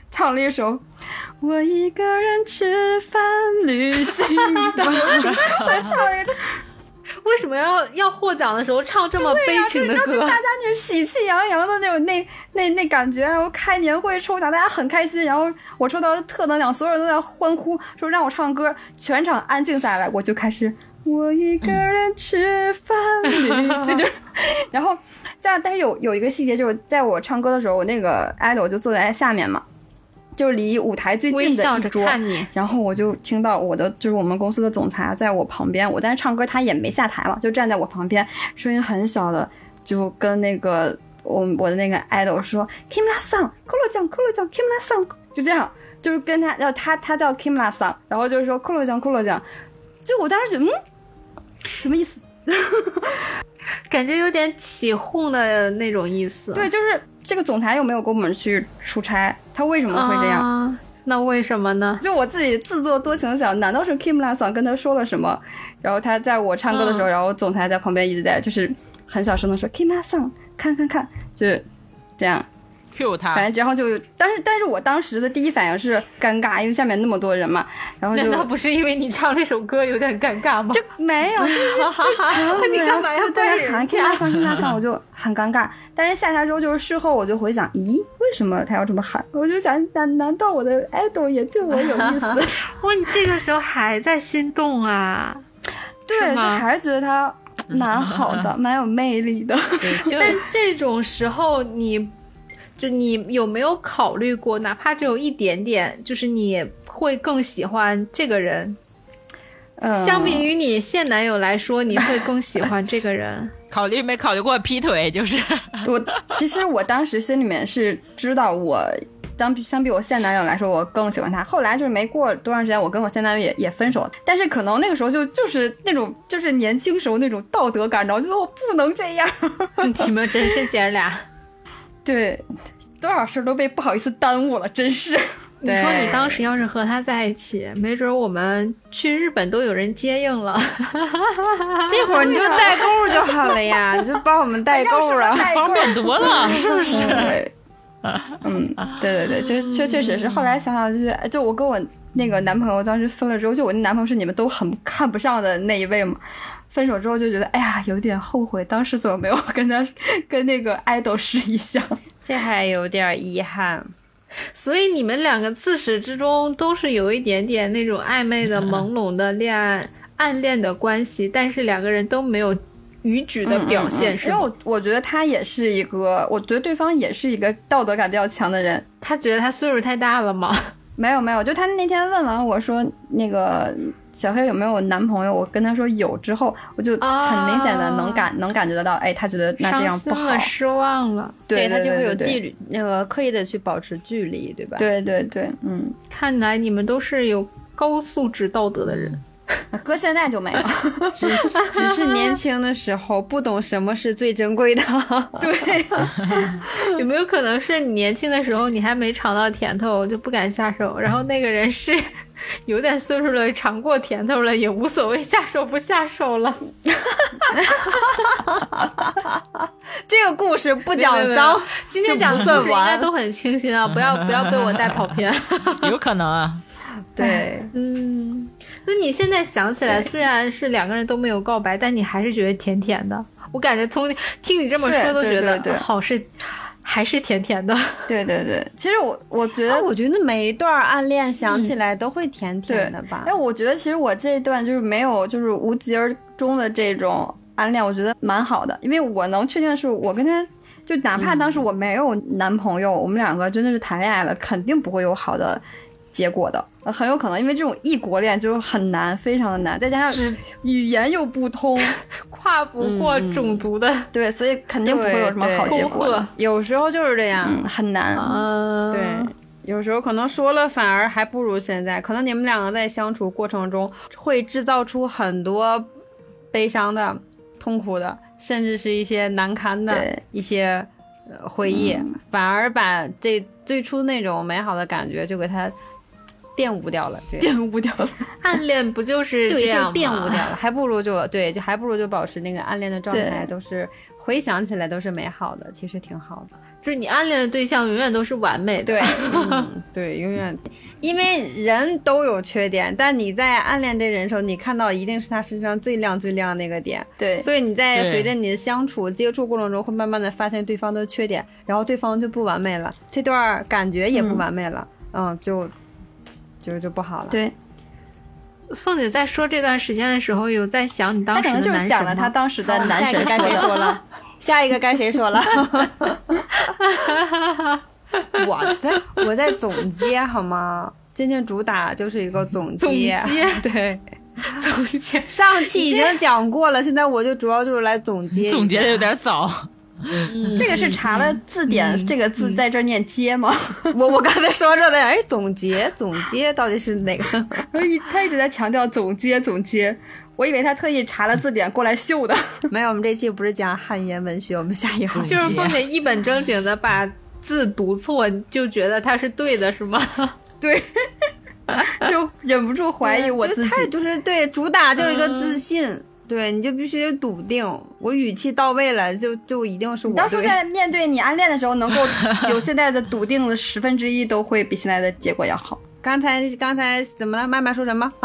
唱了一首我一个人吃饭旅行的再唱一个为什么要要获奖的时候唱这么悲情的歌？ 就大家那喜气洋洋的那种那那那感觉，然后开年会抽奖，大家很开心，然后我抽到特能奖，所有人都在欢呼，说让我唱歌，全场安静下来，我就开始我一个人吃饭旅行，就然后这样，但是有有一个细节，就是在我唱歌的时候，我那个 idol 就坐在下面嘛。就离舞台最近的一桌，然后我就听到我的就是我们公司的总裁在我旁边，我在唱歌，他也没下台嘛，就站在我旁边，声音很小的就跟那个我我的那个 idol 说 Kimla Sang 扣了奖扣了奖 Kimla Sang， 就这样，就是跟他要他他叫 Kimla Sang， 然后就是说扣了奖扣了奖，就我当时觉得嗯什么意思感觉有点起哄的那种意思。 对，就是这个总裁又没有跟我们去出差，他为什么会这样、 啊、那为什么呢？ 就我自己自作多情想，难道是 Kimla Sang 跟他说了什么，然后他在我唱歌的时候、嗯、然后总裁在旁边一直在就是很小声的说 Kimla Sang 看看看，就是这样 Q 他， 反正然后就但是但是我当时的第一反应是尴尬，因为下面那么多人嘛，然后就难道不是因为你唱这首歌有点尴尬吗？ 就没有，就就你干嘛要对喊 Kimla Sang Kimla Sang 我就很尴尬。但是下台之后就是事后我就回想，咦，为什么他要这么喊？我就想难难道我的 idol 也对我有意思？ 哇，你这个时候还在心动啊？ 对，就还是觉得他蛮好的，蛮有魅力的。 但这种时候你。就你有没有考虑过，哪怕只有一点点，就是你会更喜欢这个人、嗯、相比于你现男友来说，你会更喜欢这个人？ 考虑没考虑过劈腿？就是我其实我当时心里面是知道我当相比我现男友来说我更喜欢他，后来就是没过多长时间我跟我现男友也也分手了，但是可能那个时候就就是那种就是年轻时候那种道德感，然后觉得我不能这样。 你们真是姐儿俩对，多少事都被不好意思耽误了，真是。 你说你当时要是和他在一起，没准我们去日本都有人接应了。 这会儿你就代购就好了呀，你就帮我们代购了， 方便多了，是不是？ 嗯，对对对，确确确实是。后来想想，就是就我跟我那个男朋友当时分了之后，就我那男朋友是你们都很看不上的那一位嘛。分手之后就觉得，哎呀，有点后悔，当时怎么没有跟他跟那个爱豆试一下， 这还有点遗憾。 所以你们两个自始至终都是有一点点那种暧昧的、朦胧的恋爱、暗恋的关系，但是两个人都没有逾矩的表现，嗯嗯嗯，是吗？ 因为我我觉得他也是一个，我觉得对方也是一个道德感比较强的人。 他觉得他岁数太大了吗？ 没有没有，就他那天问完我说那个小黑有没有男朋友，我跟他说有之后，我就很明显的能感、啊、能感觉得到，哎，他觉得那这样不好， 伤心了，失望了， 对， 他就会有纪律，那个刻意的去保持距离，对吧？ 对对对，嗯， 看来你们都是有高素质道德的人。 哥现在就没有， 只只是年轻的时候不懂什么是最珍贵的。 对， 有没有可能是你年轻的时候你还没尝到甜头就不敢下手，然后那个人是有点岁数了，尝过甜头了也无所谓，下手不下手了。 这个故事不讲脏， 今天讲的故事应该都很清新啊，不要不要被我带跑偏。 有可能啊。 对，嗯，所以你现在想起来，虽然是两个人都没有告白，但你还是觉得甜甜的。我感觉从听你这么说，都觉得对对对对好是还是甜甜的。 对对对，其实我我觉得、 啊，我觉得每一段暗恋想起来都会甜甜的吧。 哎、嗯，我觉得其实我这一段就是没有就是无疾而终的这种暗恋，我觉得蛮好的，因为我能确定的是，我跟他就哪怕当时我没有男朋友，嗯、我们两个真的是谈恋爱了，肯定不会有好的结果的，很有可能，因为这种异国恋就很难，非常的难，再加上语言又不通， 跨不过种族的、 嗯，对，所以肯定不会有什么好结果的。 有时候就是这样， 嗯、很难。 嗯， 对，有时候可能说了反而还不如现在，可能你们两个在相处过程中会制造出很多悲伤的、痛苦的，甚至是一些难堪的一些回忆、嗯，反而把这最初那种美好的感觉就给它玷污掉了，对， 玷污掉了。 暗恋不就是这样吗？ 对，就玷污掉了，还不如就对，就还不如就保持那个暗恋的状态，都是回想起来都是美好的，其实挺好的。 就是你暗恋的对象永远都是完美的， 对，嗯、对，永远，因为人都有缺点，但你在暗恋这人的时候，你看到一定是他身上最亮最亮那个点， 对， 所以你在随着你的相处接触过程中，会慢慢的发现对方的缺点，然后对方就不完美了，这段感觉也不完美了，嗯，嗯就就就不好了。 对。 凤姐在说这段时间的时候，有在想你当时的男神吗？ 就是想了他当时的男神该谁说了？下一个该谁说了？我在我在总结好吗？今天主打就是一个总结， 总结对， 总结。 上期已经讲过了，现在我就主要就是来总结。 总结的有点早。 嗯、这个是查了字典，嗯、这个字在这儿念接吗？ 嗯、我我刚才说这的，哎，总结总结到底是哪个？ 他一直在强调总结总结，我以为他特意查了字典过来秀的。 没有，我们这期不是讲汉语言文学，我们下一行就是凤姐一本正经的把字读错，就觉得他是对的，是吗？ 对。就忍不住怀疑我自己， 他就是对主打就是一个自信。嗯对，你就必须得笃定，我语气到位了，就就一定是我对。 当初在面对你暗恋的时候，能够有现在的笃定的十分之一，都会比现在的结果要好。 刚才刚才怎么了？麦麦说什么？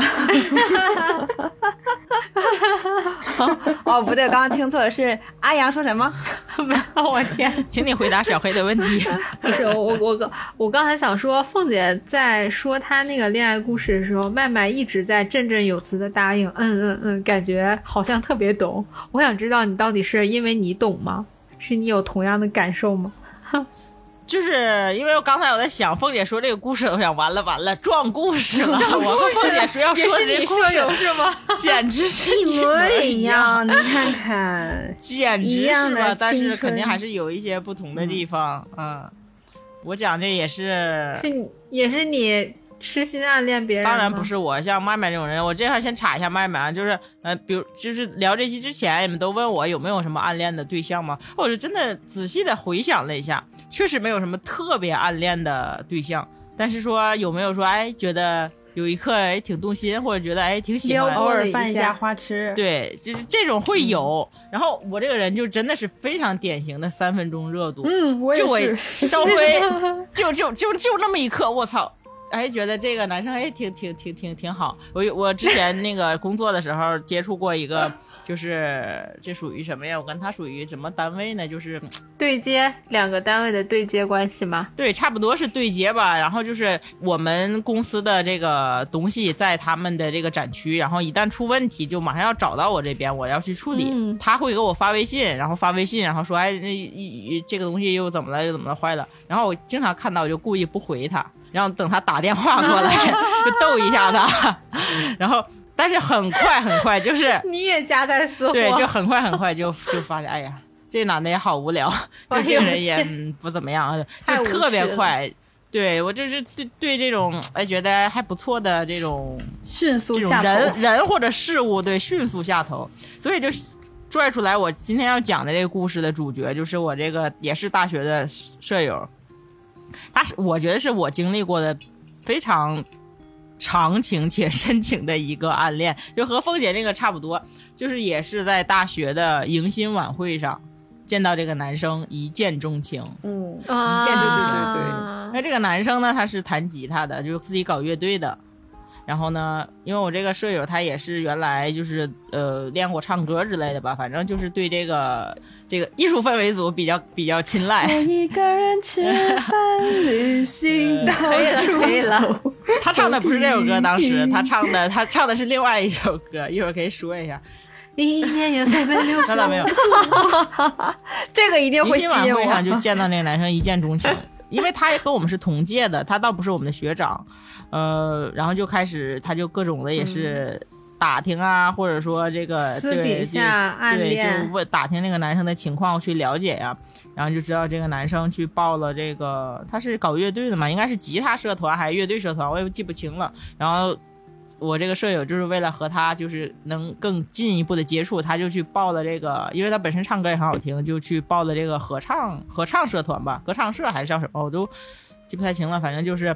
哦，不对，刚刚听错了，是阿阳说什么？ 我天， 请你回答小黑的问题。 不是我我我刚才想说，凤姐在说她那个恋爱故事的时候，麦麦一直在振振有词的答应，嗯嗯嗯，感觉好像特别懂。我想知道你到底是因为你懂吗？是你有同样的感受吗？ 就是因为我刚才我在想凤姐说这个故事，我想完了完了撞故事了。我和凤姐说要说的这个故事是吗？ 简直是一模一样，你看看， 简直是吧？但是肯定还是有一些不同的地方。嗯，嗯我讲这也是是你也是你痴心暗恋别人吗？ 当然不是我，像麦麦这种人，我这还先查一下麦麦啊，就是呃，比如就是聊这期之前，你们都问我有没有什么暗恋的对象吗？我是真的仔细的回想了一下，确实没有什么特别暗恋的对象，但是说有没有说哎觉得有一刻哎挺动心，或者觉得哎挺喜欢， 偶尔犯一下花痴， 对，就是这种会有。嗯、然后我这个人就真的是非常典型的三分钟热度， 嗯，我也是， 就我稍微就就就就那么一刻，我操！哎，觉得这个男生哎挺挺挺挺挺好。我我之前那个工作的时候接触过一个，就是这属于什么呀？我跟他属于什么单位呢？就是对接，两个单位的对接关系吗？ 对，差不多是对接吧。然后就是我们公司的这个东西在他们的这个展区，然后一旦出问题，就马上要找到我这边，我要去处理。嗯、他会给我发微信，然后发微信，然后说哎，这这个东西又怎么了？又怎么了？坏了。然后我经常看到，我就故意不回他。然后等他打电话过来就逗一下他，然后但是很快很快就是你也夹带私货， 对，就很快很快就就发现哎呀这男的也好无聊，就这个人也不怎么样，就特别快。对，我就是对对这种哎觉得还不错的这种迅速下头人人或者事物，对，迅速下头，所以就拽出来我今天要讲的这个故事的主角，就是我这个也是大学的舍友。他是我觉得是我经历过的非常长情且深情的一个暗恋，就和凤姐那个差不多，就是也是在大学的迎新晚会上见到这个男生，一见钟情。嗯，一见钟情。 啊、 对，那这个男生呢，他是弹吉他的，就是自己搞乐队的。然后呢，因为我这个舍友他也是原来就是呃练过唱歌之类的吧，反正就是对这个这个艺术氛围组比较比较青睐。 我一个人吃饭旅行到可以了可以了。 他唱的不是这首歌，当时他唱的他唱的是另外一首歌，一会儿可以说一下。 一年有三百六十。 那倒没有。 这个一定会吸引我。 迎新晚会上就见到那个男生，一见钟情，因为他也跟我们是同届的，他倒不是我们的学长。呃，然后就开始，他就各种的也是打听啊，嗯、或者说这个私底下暗恋， 对，就问打听那个男生的情况去了解呀，然后就知道这个男生去报了这个，他是搞乐队的嘛，应该是吉他社团还是乐队社团，我也记不清了。然后我这个舍友就是为了和他就是能更进一步的接触，他就去报了这个，因为他本身唱歌也很好听，就去报了这个合唱合唱社团吧，歌唱社还是叫什么，我都记不太清了，反正就是。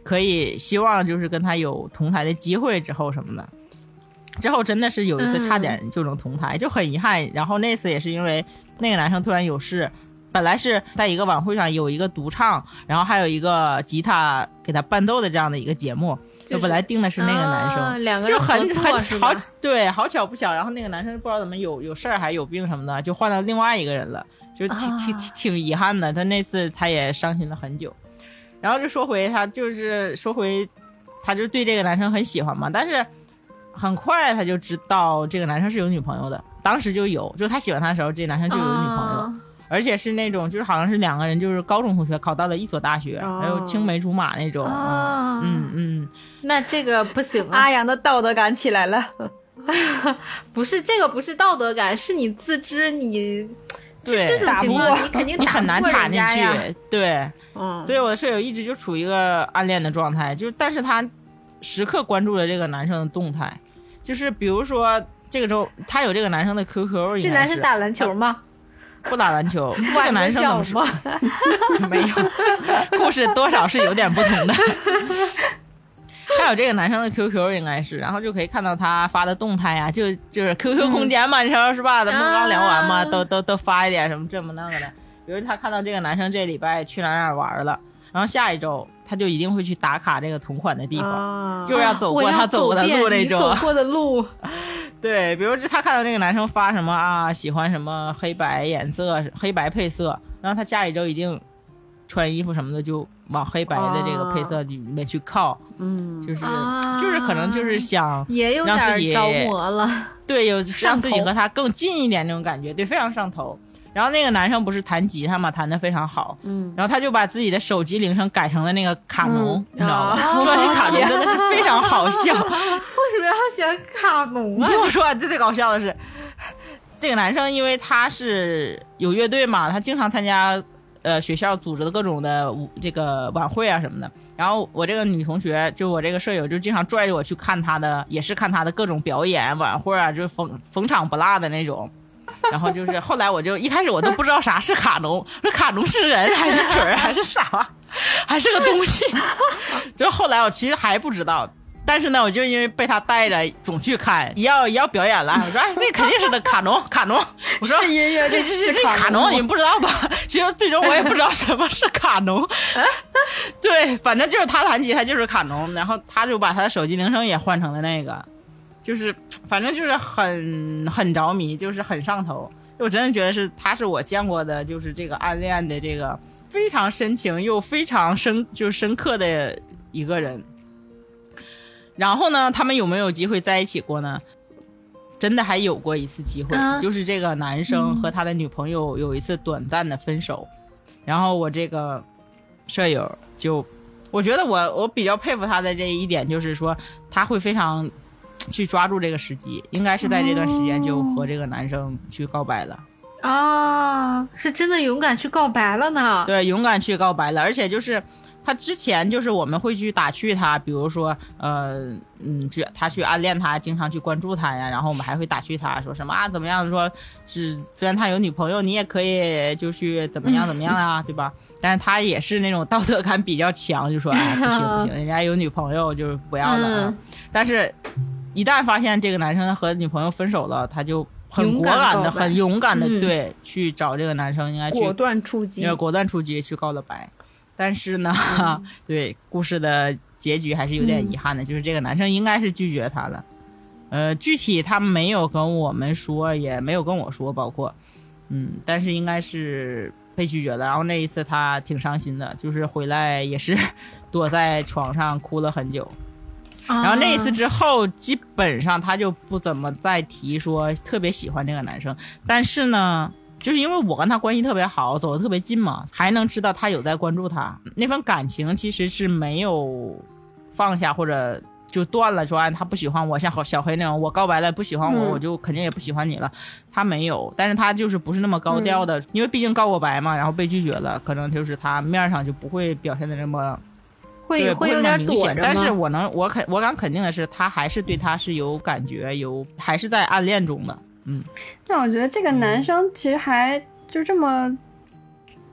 可以希望就是跟他有同台的机会之后什么的。之后真的是有一次差点就能同台、嗯、就很遗憾。然后那次也是因为那个男生突然有事，本来是在一个晚会上有一个独唱，然后还有一个吉他给他伴奏的这样的一个节目，就本来定的是那个男生、啊、 两个人就很很好，对，好巧不巧，然后那个男生不知道怎么有有事儿还有病什么的，就换到另外一个人了，就挺、啊、挺挺遗憾的。他那次他也伤心了很久。然后就说回他就是说回他就对这个男生很喜欢嘛，但是很快他就知道这个男生是有女朋友的，当时就有，就他喜欢他的时候这男生就有女朋友、啊、而且是那种就是好像是两个人就是高中同学考到了一所大学、啊、还有青梅竹马那种、啊、嗯嗯， 那这个不行啊， 阿阳的道德感起来了不是这个不是道德感，是你自知你对这种情况你肯定打你很难插进去， 对， 嗯， 所以我的舍友一直就处于一个暗恋的状态，就是但是他时刻关注了这个男生的动态，就是比如说这个周他有这个男生的 Q Q， 这男生打篮球吗？ 不打篮球，这个男生怎么说？没有，故事多少是有点不同的。他有这个男生的 Q Q 应该是，然后就可以看到他发的动态啊，就就是 Q Q 空间嘛，嗯、你知道是吧？咱们刚聊完嘛，啊、都都都发一点什么这么那个的。比如他看到这个男生这礼拜去哪哪玩了，然后下一周他就一定会去打卡这个同款的地方，啊、就是要走过他走过的路那种。 走过的路。 对，比如他看到这个男生发什么啊，喜欢什么黑白颜色、黑白配色，然后他下一周一定穿衣服什么的就往黑白的这个配色里面去靠， 嗯、 啊，就是、啊、就是可能就是想也有点着魔了， 对，有让自己和他更近一点那种感觉，对，非常上头。然后那个男生不是弹吉他嘛，弹得非常好， 嗯， 然后他就把自己的手机铃声改成了那个卡农， 嗯、 你知道吗？ 说这、哦、卡农真的是非常好笑。 为什么要选卡农啊？ 你听我说，最最搞笑的是，这个男生因为他是有乐队嘛，他经常参加呃学校组织的各种的这个晚会啊什么的。然后我这个女同学，就我这个舍友，就经常拽着我去看他的，也是看他的各种表演晚会啊，就是逢逢场不落的那种。然后就是后来我就一开始我都不知道啥是卡农，说卡农是人还是曲儿还是啥，还是个东西。就后来我其实还不知道，但是呢，我就因为被他带着总去看，也要也要表演了，我说哎，那肯定是的卡农卡农。我说是音乐这这这卡农你们不知道吧？其实最终我也不知道什么是卡农。对，反正就是他弹吉他就是卡农，然后他就把他的手机铃声也换成了那个。就是反正就是很很着迷，就是很上头。我真的觉得是他是我见过的就是这个暗恋的这个非常深情又非常深就是深刻的一个人。然后呢，他们有没有机会在一起过呢？真的还有过一次机会、啊、就是这个男生和他的女朋友有一次短暂的分手、嗯、然后我这个舍友就我觉得我我比较佩服他的这一点，就是说他会非常去抓住这个时机，应该是在这段时间就和这个男生去告白了啊、哦，是真的勇敢去告白了呢。 对，勇敢去告白了，而且就是他之前就是我们会去打趣他，比如说呃嗯，去他去暗恋他，经常去关注他呀，然后我们还会打趣他说什么啊怎么样，说是虽然他有女朋友，你也可以就去怎么样怎么样啊，对吧？但是他也是那种道德感比较强，就说哎不行不行，人家有女朋友就是不要了、啊嗯、但是一旦发现这个男生和女朋友分手了，他就很果敢的很勇敢的、嗯、对去找这个男生，应该去果断出击， 果断出击去告了白。但是呢、嗯、对故事的结局还是有点遗憾的、嗯、就是这个男生应该是拒绝他了，呃具体他没有跟我们说，也没有跟我说，包括嗯但是应该是被拒绝了。然后那一次他挺伤心的，就是回来也是躲在床上哭了很久。然后那一次之后基本上他就不怎么再提说特别喜欢这个男生，但是呢就是因为我跟他关系特别好，走得特别近嘛，还能知道他有在关注他，那份感情其实是没有放下或者就断了，说哎他不喜欢我，像小黑那种我告白了不喜欢我、嗯、我就肯定也不喜欢你了，他没有。但是他就是不是那么高调的、嗯、因为毕竟告过白嘛，然后被拒绝了，可能就是他面上就不会表现的这么会会有点躲着吗？ 但是我能我肯我敢肯定的是他还是对他是有感觉，有还是在暗恋中的。嗯， 但我觉得这个男生其实还就这么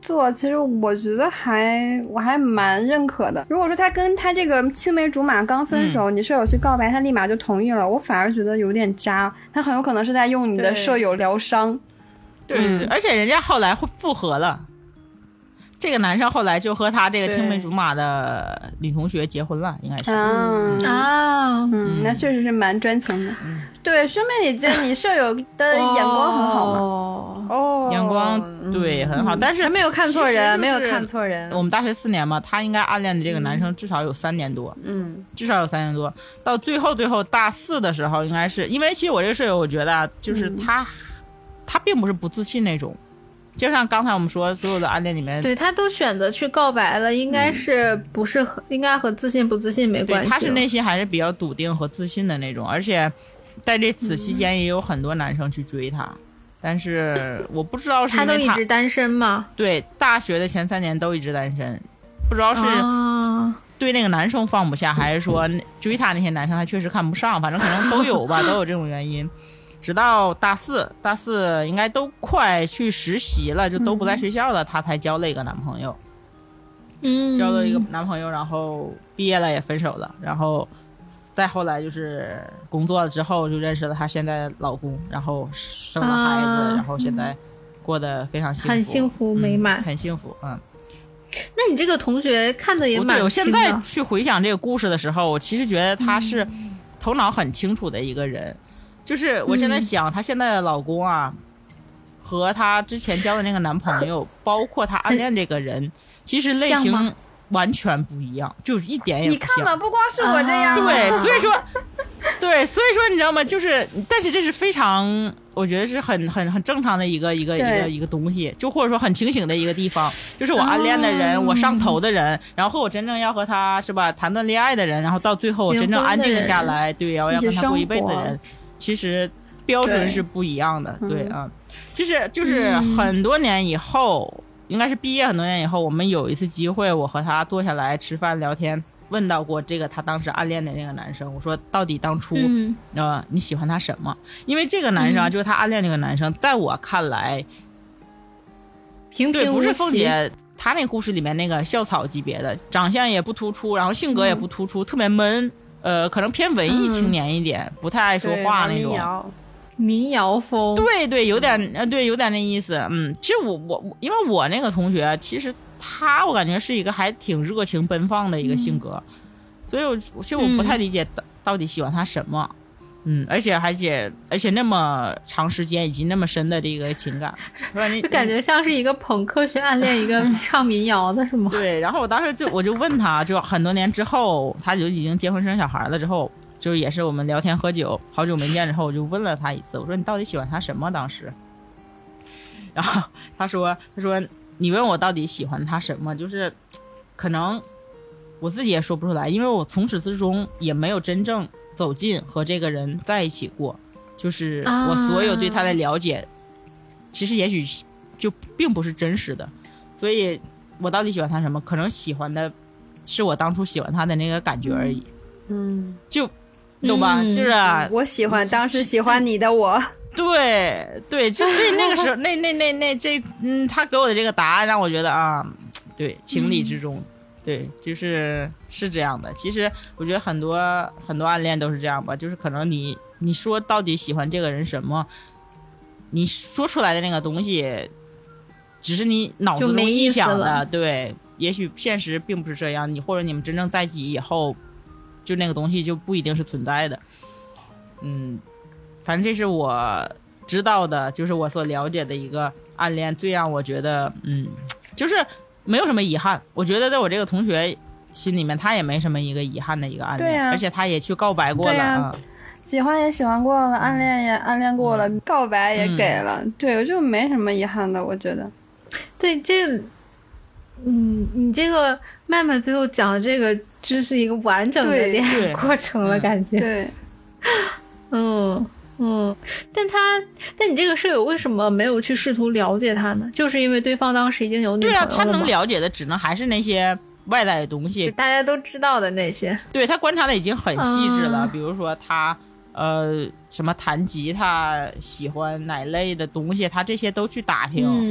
作其实我觉得还我还蛮认可的。如果说他跟他这个青梅竹马刚分手、嗯、你舍友去告白他立马就同意了，我反而觉得有点渣，他很有可能是在用你的舍友疗伤。 对，嗯、而且人家后来会复合了，这个男生后来就和他这个青梅竹马的女同学结婚了，应该是啊、 嗯、啊， 嗯，那确实是蛮专情的。嗯，对，说明你这你舍友的眼光很好嘛。 哦，眼光对、嗯、很好，但是还没有看错人，没有看错人。 我们大学四年嘛，他应该暗恋的这个男生至少有三年多， 嗯， 至少有三年多。到最后最后大四的时候，应该是因为其实我这个舍友，我觉得就是他。嗯，他并不是不自信那种，就像刚才我们说所有的暗恋里面， 对，他都选择去告白了，应该是不是和、嗯、应该和自信不自信没关系， 对，他是内心还是比较笃定和自信的那种，而且在这此期间也有很多男生去追他、嗯、但是我不知道是因为 他, 他都一直单身吗？ 对，大学的前三年都一直单身，不知道是对那个男生放不下、啊、还是说追他那些男生他确实看不上，反正可能都有吧都有这种原因。直到大四大四应该都快去实习了，就都不在学校了、嗯、他才交了一个男朋友， 嗯， 交了一个男朋友，然后毕业了也分手了，然后再后来就是工作了之后就认识了她现在的老公，然后生了孩子、啊、然后现在过得非常幸福， 很幸福美满、 嗯、很幸福。嗯， 那你这个同学看的也蛮对，我现在去回想这个故事的时候，我其实觉得他是头脑很清楚的一个人、嗯，就是我现在想，她、嗯、现在的老公啊，和她之前交的那个男朋友，包括她暗恋这个人，其实类型完全不一样，就一点也不像。 你看嘛，不光是我这样、啊， 对，所以说，对，所以说你知道吗？就是，但是这是非常，我觉得是很很很正常的一个一个一个一个东西，就或者说很清醒的一个地方，就是我暗恋的人，哦、我上头的人，然后和我真正要和他是吧谈段恋爱的人，然后到最后我真正安静下来，对，然后要跟他过一辈子的人。其实标准是不一样的， 对, 对啊、嗯，其实就是很多年以后、嗯、应该是毕业很多年以后，我们有一次机会，我和他坐下来吃饭聊天，问到过这个他当时暗恋的那个男生，我说到底当初、嗯、呃你喜欢他什么？因为这个男生啊、嗯、就是他暗恋这个男生，在我看来平平无奇， 对，不是凤姐他那故事里面那个校草级别的，长相也不突出，然后性格也不突出、嗯、特别闷，呃，可能偏文艺青年一点、嗯、不太爱说话那种民谣风， 对对，有点呃，对，有点那意思。嗯，其实我我因为我那个同学，其实他我感觉是一个还挺热情奔放的一个性格，嗯、所以我其实我不太理解到、嗯、到底喜欢他什么。嗯，而且而且而且那么长时间以及那么深的这个情感， 就感觉像是一个朋克去暗恋一个唱民谣的是吗？ 对，然后我当时就我就问他，就很多年之后，他就已经结婚生小孩了之后。就也是我们聊天喝酒好久没见之后，我就问了他一次，我说你到底喜欢他什么当时？然后他说他说你问我到底喜欢他什么，就是可能我自己也说不出来，因为我从始至终也没有真正走近和这个人在一起过，就是我所有对他的了解、啊、其实也许就并不是真实的，所以我到底喜欢他什么，可能喜欢的是我当初喜欢他的那个感觉而已。 嗯， 就懂吧、嗯、就是、啊、 我喜欢当时喜欢你的我， 对对，就所以那个时候那那那那这嗯，他给我的这个答案让我觉得啊，对，情理之中、嗯、对，就是是这样的。其实我觉得很多很多暗恋都是这样吧，就是可能你你说到底喜欢这个人什么，你说出来的那个东西只是你脑子中臆想的，对，也许现实并不是这样，你或者你们真正在一起以后就那个东西就不一定是存在的。嗯，反正这是我知道的，就是我所了解的一个暗恋，最让我觉得嗯，就是没有什么遗憾。我觉得在我这个同学心里面，他也没什么一个遗憾的一个暗恋， 对啊、 而且他也去告白过了、 啊嗯、喜欢也喜欢过了，暗恋也暗恋过了、嗯、告白也给了、嗯、对，我就没什么遗憾的，我觉得。 对，这嗯，你这个麦麦最后讲的这个这是一个完整的恋爱过程了，感觉。 对， 嗯嗯，但他，但你这个舍友为什么没有去试图了解他呢？就是因为对方当时已经有女朋友了吗？ 对啊，他能了解的只能还是那些外在的东西， 大家都知道的那些。 对，他观察的已经很细致了，嗯、比如说他呃什么弹吉他，喜欢哪类的东西，他这些都去打听。 嗯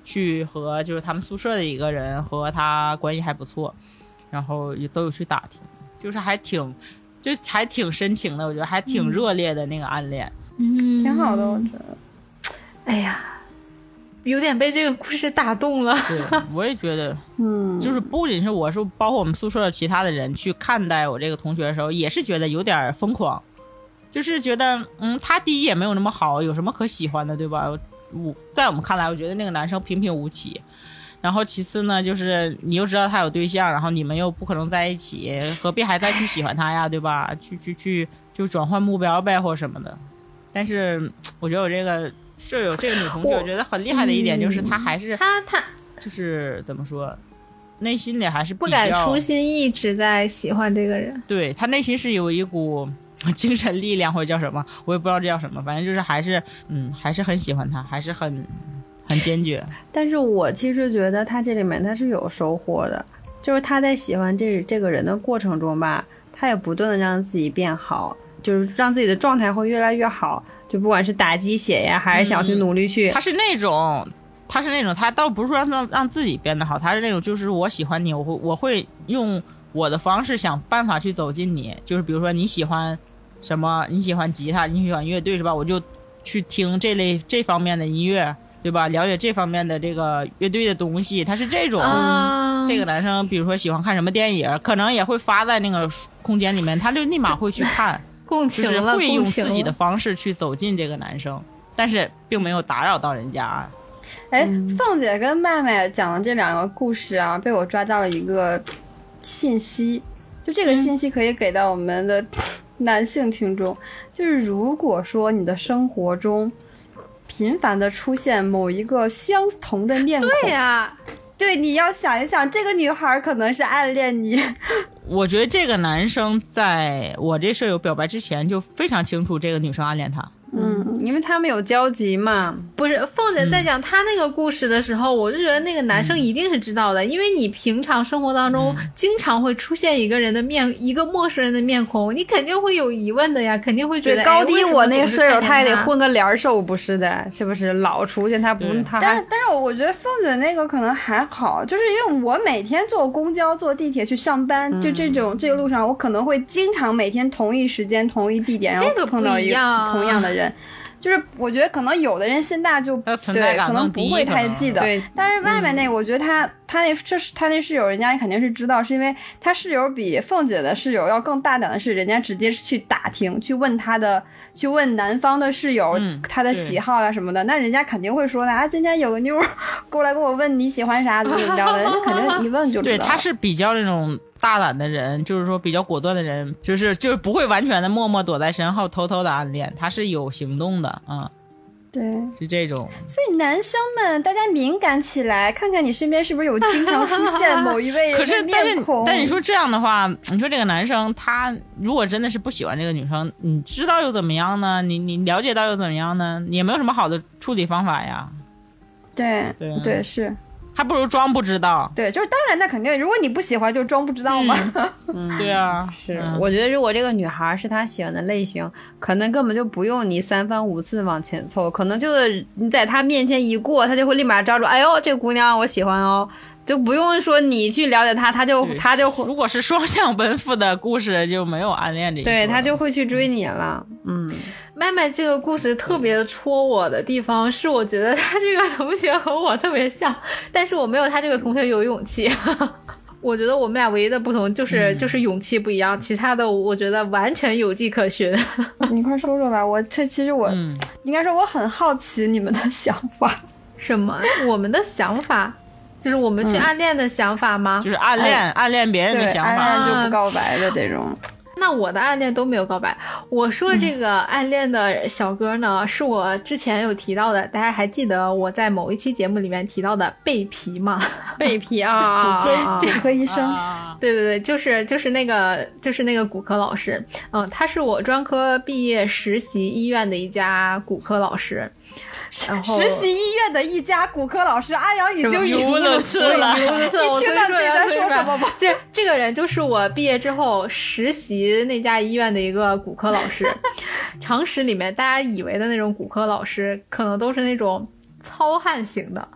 去和就是他们宿舍的一个人和他关系还不错，然后也都有去打听，就是还挺就还挺深情的，我觉得还挺热烈的那个暗恋。 嗯，挺好的，我觉得。 哎呀，有点被这个故事打动了。 对，我也觉得， 嗯， 就是不仅是我，是包括我们宿舍的其他的人去看待我这个同学的时候，也是觉得有点疯狂，就是觉得，嗯，他第一也没有那么好，有什么可喜欢的，对吧？我在我们看来，我觉得那个男生平平无奇。然后其次呢，就是你又知道他有对象，然后你们又不可能在一起，何必还再去喜欢他呀，对吧？去去去，就转换目标呗，或什么的。但是我觉得我这个舍友这个女同学，我觉得很厉害的一点就是她还是她她就是怎么说，内心里还是不敢出心一直在喜欢这个人。 对，她内心是有一股精神力量或者叫什么，我也不知道这叫什么，反正就是还是嗯，还是很喜欢他，还是很很坚决。 但是我其实觉得他这里面他是有收获的，就是他在喜欢这这个人的过程中吧，他也不断的让自己变好，就是让自己的状态会越来越好，就不管是打鸡血呀，还是想去努力去。 嗯、他是那种，他是那种，他倒不是说让让自己变得好，他是那种，就是我喜欢你，我会我会用我的方式想办法去走进你，就是比如说你喜欢什么，你喜欢吉他，你喜欢乐队是吧？我就去听这类这方面的音乐，对吧？了解这方面的这个乐队的东西，他是这种。 嗯、 这个男生比如说喜欢看什么电影，可能也会发在那个空间里面，他就立马会去看。 共情了， 就是会用自己的方式去走进这个男生，但是并没有打扰到人家。 哎、嗯，凤姐跟麦麦讲的这两个故事啊，被我抓到了一个信息，就这个信息可以给到我们的男性听众，嗯、就是如果说你的生活中频繁的出现某一个相同的面孔， 对呀、啊。 对，你要想一想，这个女孩可能是暗恋你。 我觉得这个男生在我这舍友表白之前就非常清楚这个女生暗恋他。 嗯，因为他们有交集嘛。 不是，凤姐在讲她那个故事的时候、嗯、我就觉得那个男生一定是知道的、嗯、因为你平常生活当中经常会出现一个人的面、嗯、一个陌生人的面孔，你肯定会有疑问的呀，肯定会觉得高低我那个舍友他也得混个脸熟不是的，是不是老出现他不他但是但是我觉得凤姐那个可能还好，就是因为我每天坐公交坐地铁去上班、嗯、就这种这个路上我可能会经常每天同一时间同一地点然后碰到一个同样的人，就是我觉得可能有的人心大就对可能不会太记得，对，但是外面那个、嗯、我觉得他他那这是他那室友人家肯定是知道，是因为他室友比凤姐的室友要更大胆的是，人家直接去打听去问他的去问男方的室友、嗯、他的喜好啊什么的，那人家肯定会说的啊，今天有个妞过来跟我问你喜欢啥怎么怎么着的，人家肯定一问就知道。 对，他是比较那种大胆的人，就是说比较果断的人，就是就是不会完全的默默躲在身后偷偷的暗恋，他是有行动的啊、嗯。 对， 是这种。 所以男生们，大家敏感起来，看看你身边是不是有经常出现某一位人的面孔。 可是，但是，但你说这样的话，你说这个男生他如果真的是不喜欢这个女生，你知道又怎么样呢？你你了解到又怎么样呢？你也没有什么好的处理方法呀。 对对对，是。 还不如装不知道。 对，就是当然那肯定，如果你不喜欢就装不知道嘛。 嗯，对啊， 是、嗯。我觉得如果这个女孩是她喜欢的类型，可能根本就不用你三番五次往前凑，可能就是你在她面前一过，她就会立马抓住，哎呦，这个姑娘我喜欢哦。就不用说你去了解他，他就他就如果是双向奔赴的故事，就没有暗恋这一说， 对他就会去追你了。嗯， 麦麦这个故事特别戳我的地方是，我觉得他这个同学和我特别像，但是我没有他这个同学有勇气。我觉得我们俩唯一的不同就是、嗯、就是勇气不一样，其他的我觉得完全有迹可循。 你快说说吧，我这其实我、嗯、应该说我很好奇你们的想法。 什么？我们的想法？就是我们去暗恋的想法吗？ 嗯、就是暗恋、哎、暗恋别人的想法， 暗恋就不告白的这种。 那我的暗恋都没有告白。我说这个暗恋的小哥呢、嗯、是我之前有提到的，大家还记得我在某一期节目里面提到的贝皮吗？ 贝皮啊， 骨科医生、 啊、对对对，就是就是那个就是那个骨科老师。嗯，他是我专科毕业实习医院的一家骨科老师。然后实习医院的一家骨科老师，阿阳已经语无伦次了。语无伦次， 你听到自己在说什么吗？ 这这个人就是我毕业之后实习那家医院的一个骨科老师。常识里面大家以为的那种骨科老师，可能都是那种糙汉型的，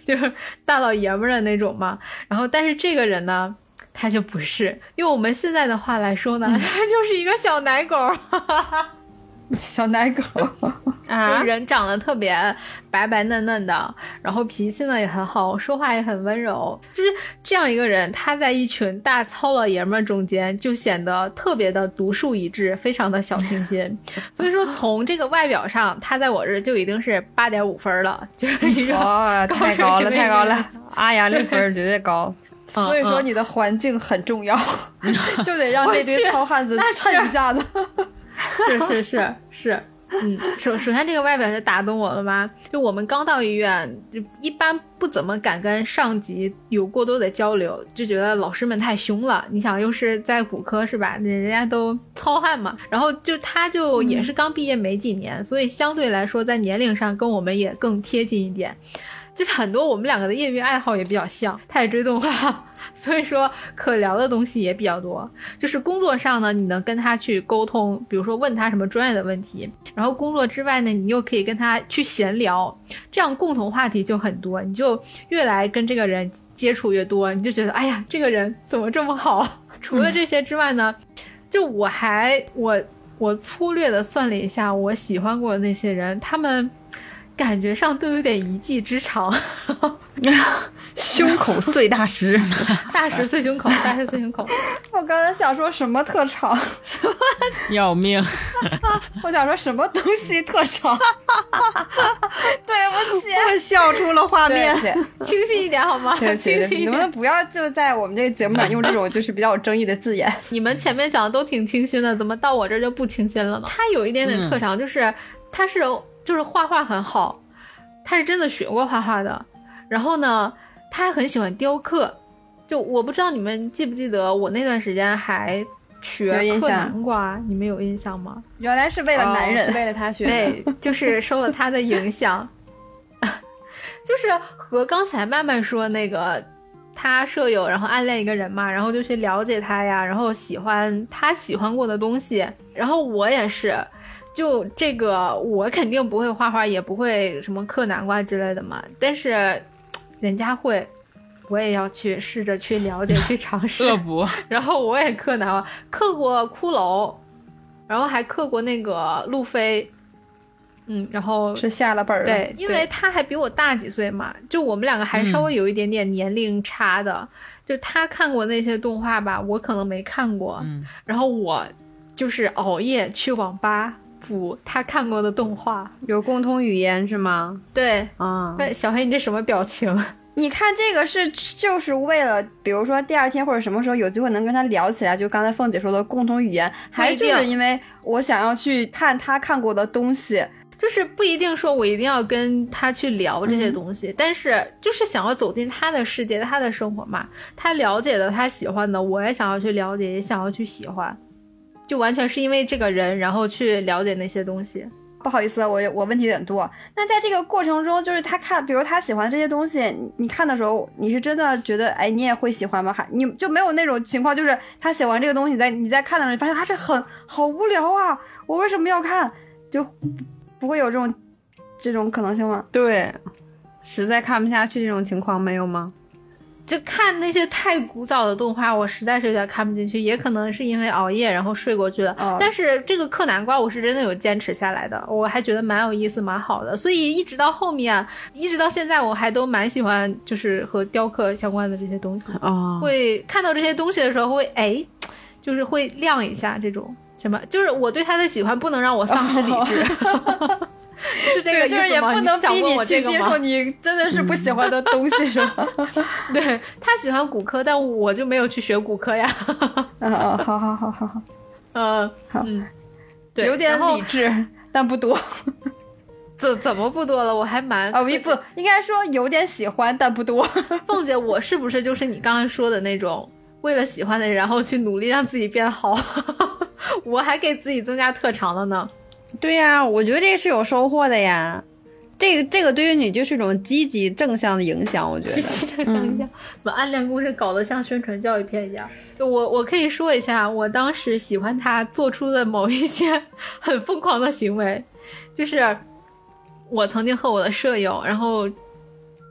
就是大老爷们儿的那种嘛。然后但是这个人呢他就不是，用我们现在的话来说呢，他就是一个小奶狗。 小奶狗啊，人长得特别白白嫩嫩的，然后脾气呢也很好，说话也很温柔，就是这样一个人，他在一群大糙老爷们中间就显得特别的独树一帜，非常的小清新。所以说从这个外表上，他在我这就已经是八点五分了，就是一个哦，太高了，太高了，阿雅这分绝对高。 所以说你的环境很重要，嗯、就得让这堆糙汉子蹭一下子。 是是是是，嗯，首首先这个外表就打动我了吗？就我们刚到医院，就一般不怎么敢跟上级有过多的交流，就觉得老师们太凶了。你想，又是在骨科是吧？人家都糙汉嘛。然后就他就也是刚毕业没几年，嗯、所以相对来说在年龄上跟我们也更贴近一点。就是很多我们两个的业余爱好也比较像，他也追动画，所以说可聊的东西也比较多。就是工作上呢，你能跟他去沟通，比如说问他什么专业的问题，然后工作之外呢，你又可以跟他去闲聊，这样共同话题就很多，你就越来跟这个人接触越多，你就觉得哎呀，这个人怎么这么好。除了这些之外呢，就我还我我粗略的算了一下，我喜欢过的那些人，他们感觉上都有点一技之长。 胸口碎大石， 大石碎胸口，大石碎胸口。 我刚才想说什么特长，什么要命！ 我想说什么东西特长？对不起， 我笑出了画面。 清晰一点好吗？ 对不起，你能不能不要就在我们这个节目上用这种就是比较有争议的字眼？ 你们前面讲的都挺清新的，怎么到我这儿就不清新了呢？他有一点点特长，就是、嗯、他是就是画画很好，他是真的学过画画的。然后呢，他还很喜欢雕刻，就我不知道你们记不记得，我那段时间还学刻南瓜，你们有印象吗？ 原来是为了男人， 哦、是为了他学的， 对，就是受了他的影响。就是和刚才曼曼说那个，他舍友然后暗恋一个人嘛，然后就去了解他呀，然后喜欢他喜欢过的东西，然后我也是。就这个我肯定不会画画，也不会什么刻南瓜之类的嘛，但是人家会，我也要去试着去了解去尝试恶补。 然后我也刻南瓜，刻过骷髅，然后还刻过那个路飞，嗯，然后是下了本了。 对，因为他还比我大几岁嘛，就我们两个还稍微有一点点年龄差的、嗯、就他看过那些动画吧，我可能没看过、嗯、然后我就是熬夜去网吧补他看过的动画。 有共同语言是吗？ 对啊、 嗯，小黑你这什么表情？ 你看这个是就是为了比如说第二天或者什么时候有机会能跟他聊起来，就刚才凤姐说的共同语言，还就是因为我想要去看他看过的东西， 就是不一定说我一定要跟他去聊这些东西、嗯、但是就是想要走进他的世界他的生活嘛，他了解的他喜欢的我也想要去了解，也想要去喜欢，就完全是因为这个人然后去了解那些东西。 不好意思，我我问题有点多。那在这个过程中，就是他看，比如他喜欢这些东西，你看的时候，你是真的觉得，哎，你也会喜欢吗？还你就没有那种情况，就是他喜欢这个东西，你在你在看的时候，发现啊，这很好无聊啊，我为什么要看？就不会有这种这种可能性吗？ 对，实在看不下去这种情况没有吗？ 就看那些太古早的动画我实在是有点看不进去，也可能是因为熬夜然后睡过去了、哦、但是这个刻南瓜我是真的有坚持下来的，我还觉得蛮有意思蛮好的，所以一直到后面一直到现在我还都蛮喜欢就是和雕刻相关的这些东西、哦、会看到这些东西的时候会哎就是会亮一下，这种什么就是我对他的喜欢不能让我丧失理智、哦是这个意思吗？ 就是也不能逼你去接受你真的是不喜欢的东西，是吧？ 对，他喜欢骨科，但我就没有去学骨科呀。 嗯嗯，好好好好好， 嗯好， 嗯，对， 有点理智，但不多。 怎怎么不多了？我还蛮啊，不，应该说有点喜欢，但不多。 凤姐，我是不是就是你刚才说的那种为了喜欢的人，然后去努力让自己变好？我还给自己增加特长了呢。 对呀，我觉得这个是有收获的呀。这个这个对于你就是一种积极正向的影响，我觉得。 积极正向影响，把暗恋故事搞得像宣传教育片一样。我我可以说一下，我当时喜欢他做出的某一些很疯狂的行为，就是我曾经和我的舍友，然后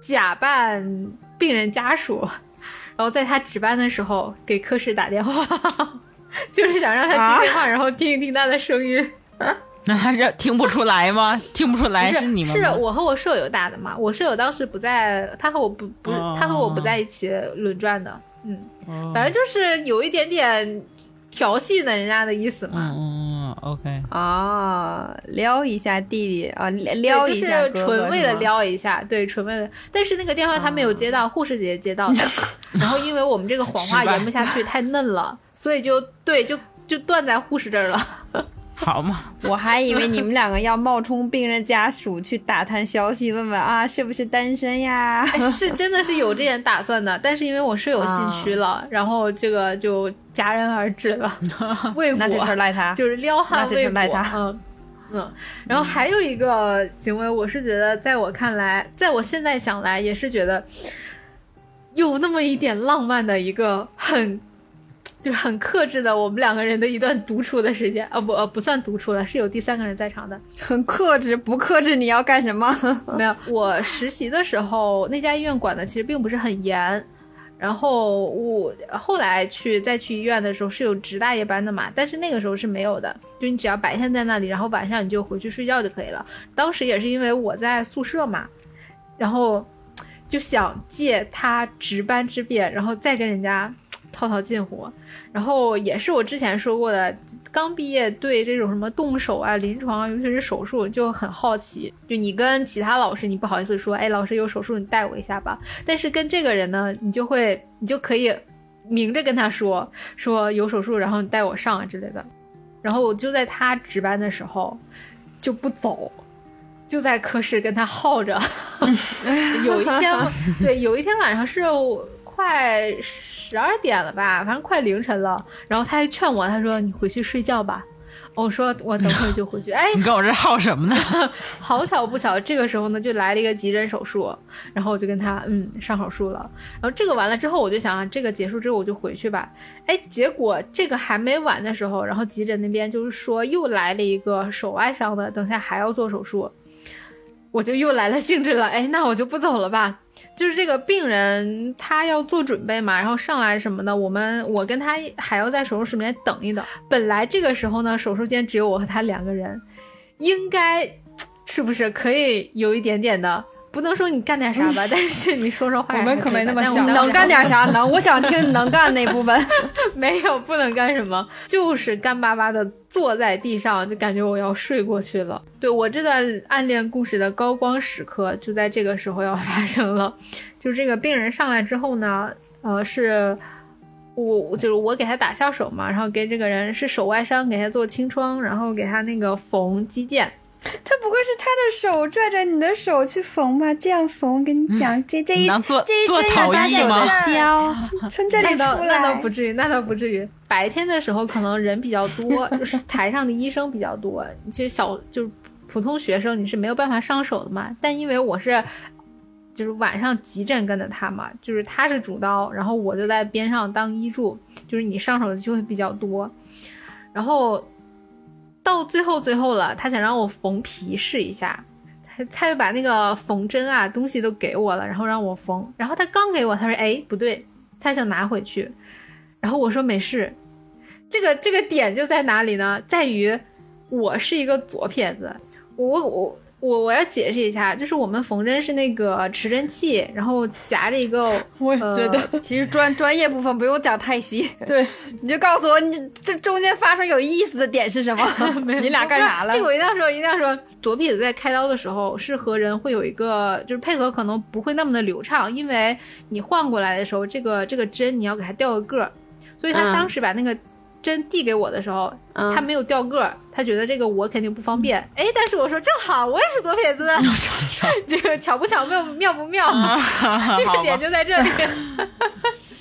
假扮病人家属，然后在他值班的时候给科室打电话，就是想让他接电话，啊、然后听一听他的声音。 那他这听不出来吗？听不出来是你们吗？ 是我和我舍友打的嘛。我舍友当时不在，他和我不不，哦、他和我不在一起轮转的。嗯，哦、反正就是有一点点调戏呢人家的意思嘛。 嗯 ，OK。 啊，撩一下弟弟啊，撩一下哥哥， 就是纯为了撩一下，对，纯为了。但是那个电话他没有接到，护、哦、士姐姐接到的。然后因为我们这个谎话演不下去，太嫩了，所以就对，就就断在护士这儿了。 好嘛， 我还以为你们两个要冒充病人家属去打探消息，问问啊是不是单身呀？ 是真的是有这点打算的，但是因为我舍友心虚了，啊、然后这个就戛然而止了。未果那这事赖他， 就是撩汉未果。 赖他。 嗯嗯。然后还有一个行为，我是觉得在我看来，在我现在想来，也是觉得有那么一点浪漫的一个很。就是很克制的我们两个人的一段独处的时间啊，不呃不算独处了，是有第三个人在场的。 很克制，不克制你要干什么？ 没有，我实习的时候那家医院管的其实并不是很严，然后我后来去再去医院的时候是有值大夜班的嘛，但是那个时候是没有的，就你只要白天在那里，然后晚上你就回去睡觉就可以了。当时也是因为我在宿舍嘛，然后就想借他值班之便，然后再跟人家套套近乎。然后也是我之前说过的，刚毕业对这种什么动手啊、临床啊，尤其是手术就很好奇。就你跟其他老师你不好意思说，哎，老师有手术你带我一下吧。但是跟这个人呢，你就会你就可以明着跟他说说有手术，然后你带我上啊之类的。然后我就在他值班的时候就不走，就在科室跟他耗着。有一天对有一天晚上是快十二点了吧，反正快凌晨了，然后他还劝我，他说你回去睡觉吧。我说我等会儿就回去。哎， 你跟我这耗什么呢？ 好巧不巧，这个时候呢就来了一个急诊手术，然后我就跟他嗯上手术了。然后这个完了之后，我就想啊，这个结束之后我就回去吧。哎，结果这个还没完的时候，然后急诊那边就是说又来了一个手外伤的，等下还要做手术，我就又来了兴致了。哎，那我就不走了吧。就是这个病人他要做准备嘛，然后上来什么的，我们我跟他还要在手术室里面等一等。本来这个时候呢，手术间只有我和他两个人，应该是不是可以有一点点的，不能说你干点啥吧，嗯、但是你说说话。 我们可没那么想，能干点啥？能，我想听你能干那部分。 没有，不能干什么，就是干巴巴的坐在地上，就感觉我要睡过去了。对，我这段暗恋故事的高光时刻就在这个时候要发生了。就这个病人上来之后呢，呃，是我就是我给他打下手嘛，然后给这个人是手外伤，给他做清创，然后给他那个缝肌腱。 他不会是他的手拽着你的手去缝吧？这样缝，我跟你讲，嗯、这这一这一针要大家的胶从这里出来， 那倒不至于，那倒不至于。白天的时候可能人比较多，就是台上的医生比较多，其实小就是普通学生你是没有办法上手的嘛。但因为我是就是晚上急诊跟着他嘛，就是他是主刀，然后我就在边上当医助，就是你上手的就会比较多。然后到最后最后了，他想让我缝皮试一下，他他就把那个缝针啊东西都给我了，然后让我缝。然后他刚给我，他说哎不对，他想拿回去。然后我说没事。这个这个点就在哪里呢？在于我是一个左撇子，我我我我要解释一下，就是我们缝针是那个持针器，然后夹着一个， 我也觉得、呃、其实专专业部分不用讲太细， 对， 你就告诉我你这中间发生有意思的点是什么？你俩干啥了？ 这个我一定要说，一定要说，左撇子在开刀的时候是和人会有一个就是配合可能不会那么的流畅，因为你换过来的时候，这个这个针你要给它调个个儿，所以他当时把那个针递给我的时候、嗯、他没有调个儿，他觉得这个我肯定不方便。哎、嗯，但是我说正好我也是左撇子，这个巧不巧妙妙不妙、嗯、这个点就在这里。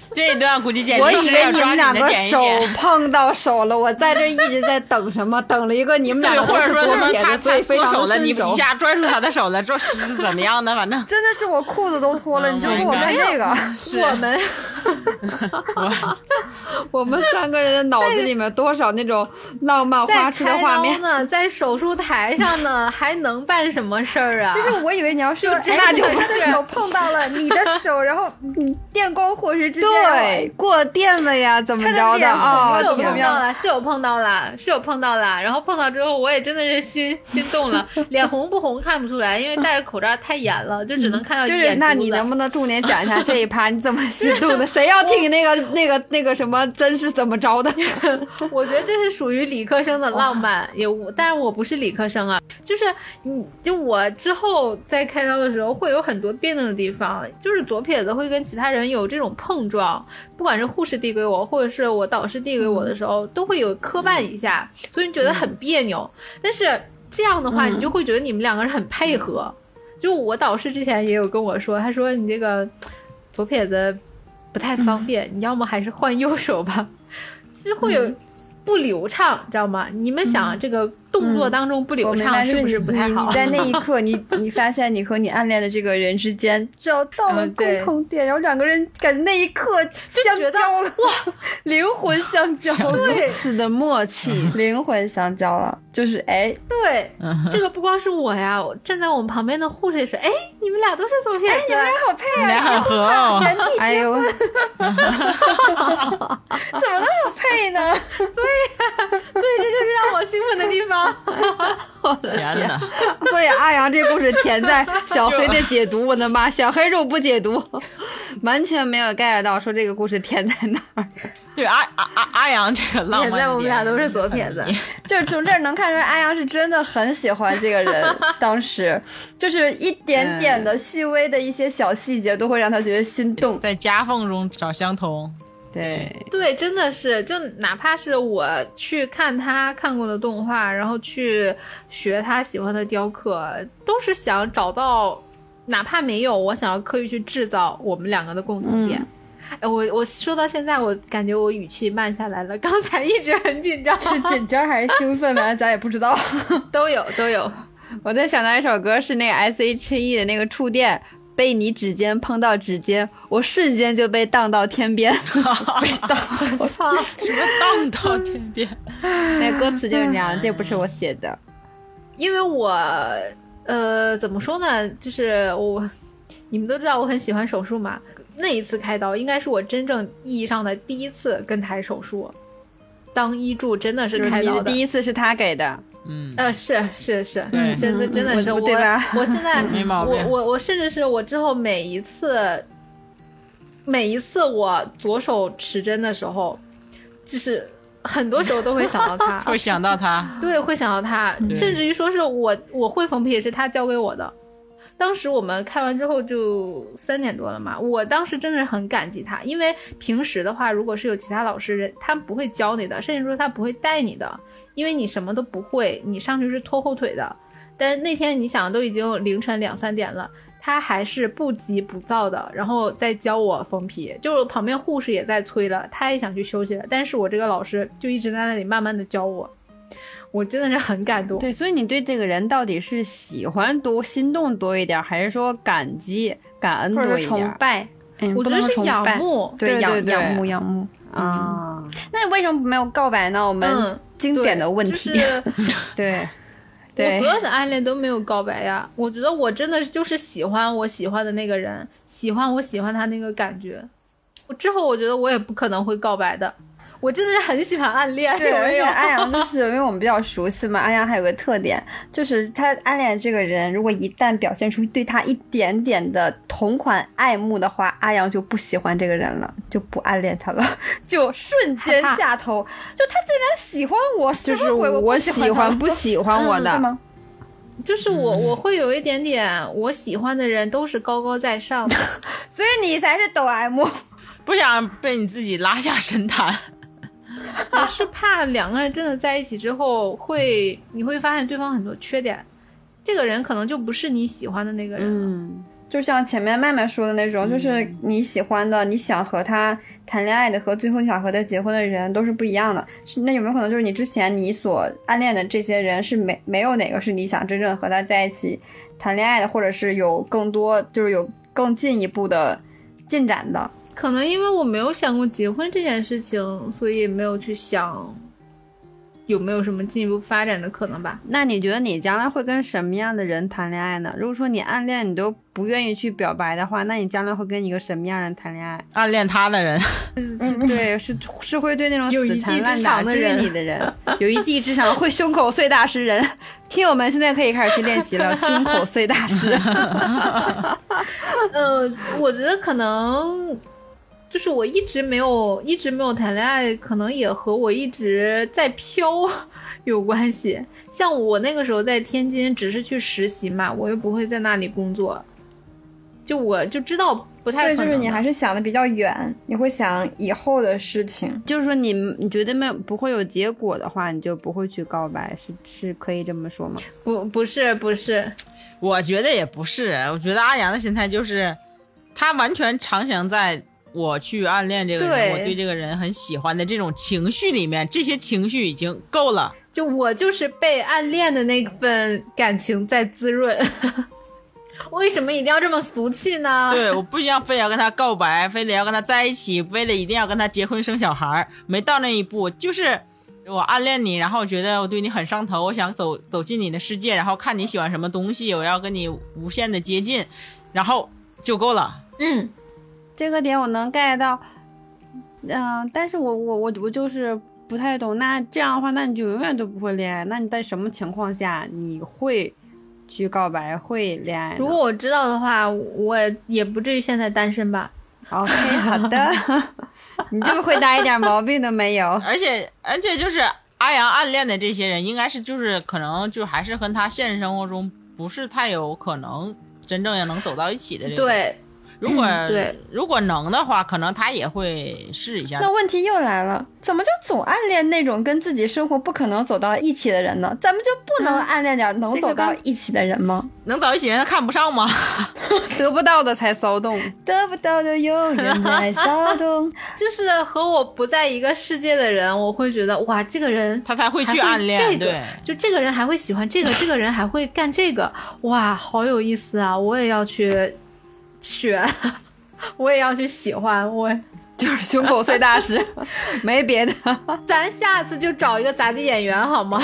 这一段估计简我以直是要为你们抓紧的两个手剪一剪。 碰到手了，我在这一直在等什么？等了一个你们两对， 个都是或者说他们他左撇子，所以他非常缩手了，你顺手一下拽住他的手了，这是怎么样的？反正真的是我裤子都脱了， 嗯你就给我看这个。 是我们我们三个人的脑子里面多少那种浪漫在花痴的开刀画面。 呢，在手术台上呢，还能办什么事儿啊？ 就是我以为你要说， 就哎那就是我的手碰到了你的手，然后嗯电光火石之间， 对，过电了呀，怎么着的他的脸啊？ 是有怎么样碰到了，是有碰到了，是有碰到了。然后碰到之后，我也真的是心心动了，脸红不红看不出来，因为戴着口罩太严了，就只能看到就是， 眼珠子。 那你能不能重点讲一下这一趴你怎么心动的？谁要听那个那个那个什么真是怎么着的？ 我觉得这是属于理科生的浪漫，也我，但是我不是理科生啊。就是你，就我之后在开刀的时候会有很多别扭的地方，就是左撇子会跟其他人有这种碰撞，不管是护士递给我，或者是我导师递给我的时候，都会有磕绊一下，所以你觉得很别扭。但是这样的话，你就会觉得你们两个人很配合。就我导师之前也有跟我说，他说你这个左撇子不太方便，你要么还是换右手吧，其实会有不流畅，知道吗？你们想这个动作当中不流畅是不是不太好？ 你你在那一刻，你你发现你和你暗恋的这个人之间找到了共同点，然后两个人感觉那一刻相觉得交了，哇，灵魂相交， 如此的默契， 灵魂相交了，就是哎， 对，这个不光是我呀，我站在我们旁边的护士也说，哎，你们俩都是左撇子， 你们俩好配你俩啊， 很合哦。 原地哎呦， 怎么那么配呢？ 所以这就是让我兴奋的地方。 天哪！ 所以阿阳这故事填在小黑的解读，我的妈，小黑肉不解读，完全没有 get 到说这个故事填在哪儿。 对阿阿阿阿阳这个浪漫的点， 现在我们俩都是左撇子， 就是从这儿能看出来，阿阳是真的很喜欢这个人。当时就是一点点的细微的一些小细节，都会让他觉得心动。 在夹缝中找相通。 对， 对，真的是，就哪怕是我去看他看过的动画，然后去学他喜欢的雕刻，都是想找到，哪怕没有，我想要刻意去制造我们两个的共同点。哎、嗯，我我说到现在，我感觉我语气慢下来了，刚才一直很紧张， 是紧张还是兴奋，反正咱也不知道， 都有都有。 我在想到一首歌，是那个 S H E 的那个触电。被你指尖碰到指尖，我瞬间就被荡到天边。被荡， 我操！ 什么荡到天边？ 那歌词就是这样，这不是我写的。 因为我，呃，怎么说呢？就是我，你们都知道我很喜欢手术嘛。那一次开刀，应该是我真正意义上的第一次跟台手术。当医助真的是开刀的， 第一次是他给的。 嗯， 呃，是是是， 对真的真的是我我， 对吧？ 我现在没毛病。 我我我甚至是我之后每一次，每一次我左手持针的时候，就是很多时候都会想到他， 会想到他， 对，会想到他，甚至于说是我我会缝皮也是他教给我的。当时我们开完之后就三点多了嘛，我当时真的是很感激他，因为平时的话，如果是有其他老师，他不会教你的，甚至说他不会带你的。因为你什么都不会，你上去是拖后腿的。但是那天你想都已经凌晨两三点了，他还是不急不躁的，然后再教我缝皮，就是旁边护士也在催了，他也想去休息了，但是我这个老师就一直在那里慢慢的教我，我真的是很感动。 对，所以你对这个人到底是喜欢多心动多一点，还是说感激感恩多一点？ 崇拜？ 嗯， 我觉得是仰慕， 对， 对仰对仰慕仰慕啊。 那你为什么没有告白呢？我们经典的问题。 嗯对， 对，我所有的暗恋都没有告白呀。我觉得我真的就是喜欢我喜欢的那个人，喜欢我喜欢他那个感觉。我之后我觉得我也不可能会告白的。我真的是很喜欢暗恋， 对，而且有安阳就是因为我们比较熟悉嘛，安阳还有个特点，就是他暗恋这个人，如果一旦表现出对他一点点的同款爱慕的话，阿阳就不喜欢这个人了，就不暗恋他了，就瞬间下头，就他竟然喜欢我， 就是我我喜欢不喜欢我的， 对吗？ 就是我我会有一点点，我喜欢的人都是高高在上的， 所以你才是抖 M， 不想被你自己拉下神坛。 我是怕两个人真的在一起之后会，你会发现对方很多缺点，这个人可能就不是你喜欢的那个人了。 嗯， 就像前面麦麦说的那种，嗯、就是你喜欢的你想和他谈恋爱的和最后你想和他结婚的人都是不一样的。那有没有可能就是你之前你所暗恋的这些人是没没有哪个是你想真正和他在一起谈恋爱的，或者是有更多就是有更进一步的进展的？ 可能因为我没有想过结婚这件事情，所以没有去想有没有什么进一步发展的可能吧。 那你觉得你将来会跟什么样的人谈恋爱呢？如果说你暗恋你都不愿意去表白的话，那你将来会跟一个什么样的人谈恋爱？ 暗恋他的人是对是是会对那种死缠烂打追你的人，有一技之长会胸口碎大石人。听友们现在可以开始去练习了，胸口碎大石。 呃，我觉得可能就是我一直没有一直没有谈恋爱，可能也和我一直在飘有关系。像我那个时候在天津只是去实习嘛，我又不会在那里工作，就我就知道不太可能。 所以就是你还是想的比较远，你会想以后的事情。 就是说你你觉得没有不会有结果的话，你就不会去告白，是是可以这么说吗？ 不不是不是， 我觉得也不是。我觉得阿阳的心态就是他完全常想在我去暗恋这个人， 对我对这个人很喜欢的这种情绪里面，这些情绪已经够了。 就我就是被暗恋的那份感情在滋润。为什么一定要这么俗气呢？ 对，我不一定非要跟他告白，非得要跟他在一起，非得一定要跟他结婚生小孩，没到那一步。就是我暗恋你，然后我觉得我对你很上头，我想走走进你的世界，然后看你喜欢什么东西，我要跟你无限的接近，然后就够了。 嗯， 这个点我能 get 到。嗯、呃，但是我我我我就是不太懂。那这样的话，那你就永远都不会恋爱。那你在什么情况下你会去告白，会恋爱呢？ 如果我知道的话，我也不至于现在单身吧。 OK， 好的。你这么回答一点毛病都没有。 而且而且就是阿阳暗恋的这些人，应该是就是可能就还是跟他现实生活中不是太有可能真正要能走到一起的这种。 对。 如果、 嗯、对， 如果能的话，可能他也会试一下。 那问题又来了，怎么就总暗恋那种跟自己生活不可能走到一起的人呢？咱们就不能暗恋点能走到一起的人吗？ 嗯、能走一起人他看不上吗？ 得不到的才骚动， 得不到的永远在骚动。 就是和我不在一个世界的人，我会觉得哇，这个人他才会去暗恋， 这个、对，就这个人还会喜欢这个，这个人还会干这个，哇，好有意思啊！我也要去。学，我也要去喜欢，我就是胸口碎大石，没别的。 咱下次就找一个杂技演员好吗？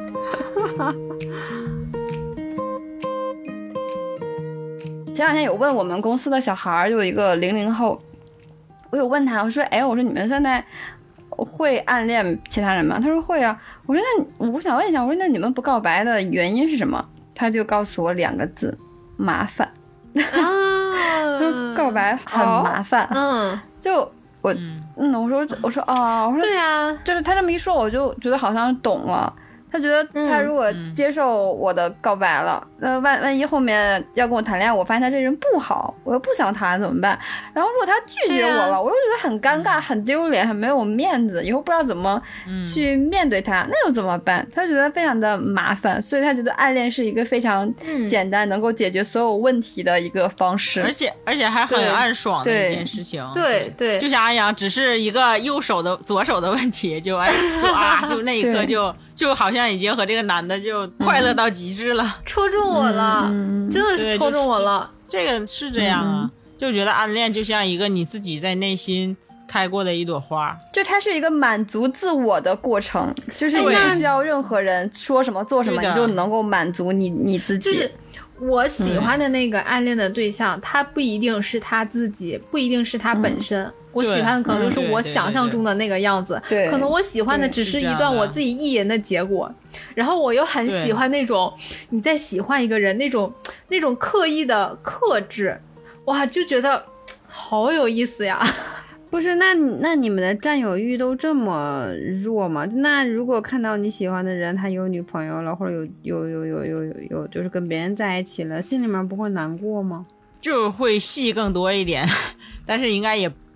前两天有问我们公司的小孩，有一个零零后，我有问他，我说，哎，我说你们现在会暗恋其他人吗？他说会啊。我说那我想问一下，我说那你们不告白的原因是什么？他就告诉我两个字：麻烦。啊，告白很麻烦。哦、 嗯， 就我，嗯，嗯我说，我说啊，我说对啊， 就是他这么一说，我就觉得好像懂了。他觉得他如果接受我的告白了，那、嗯、万万一后面要跟我谈恋爱，我发现他这人不好，我又不想谈怎么办？然后如果他拒绝我了，啊、我又觉得很尴尬、很丢脸、很没有面子，以后不知道怎么去面对他，嗯、那又怎么办？他觉得非常的麻烦，所以他觉得暗恋是一个非常简单、嗯、能够解决所有问题的一个方式， 而且而且还很暗爽的一件事情。 对 对, 对， 就像阿阳，只是一个右手的左手的问题，就哎就啊，就那一刻就。就好像已经和这个男的就快乐到极致了，嗯、 戳中我了，嗯、真的是戳中我了。 这个是这样啊、嗯，就觉得暗恋就像一个你自己在内心开过的一朵花， 就它是一个满足自我的过程，就是你不需要任何人说什么做什么，你就能够满足你你自己。 就是我喜欢的那个暗恋的对象，嗯、他不一定是他自己，不一定是他本身。嗯我喜欢的可能就是我想象中的那个样子， 对， 可能我喜欢的只是一段我自己意淫的结果，然后我又很喜欢那种你在喜欢一个人那种那种刻意的克制，哇，就觉得好有意思呀。 不是，那那你们的占有欲都这么弱吗？那如果看到你喜欢的人他有女朋友了，或者有有有有有有有就是跟别人在一起了，心里面不会难过吗？ 就会戏更多一点，但是应该也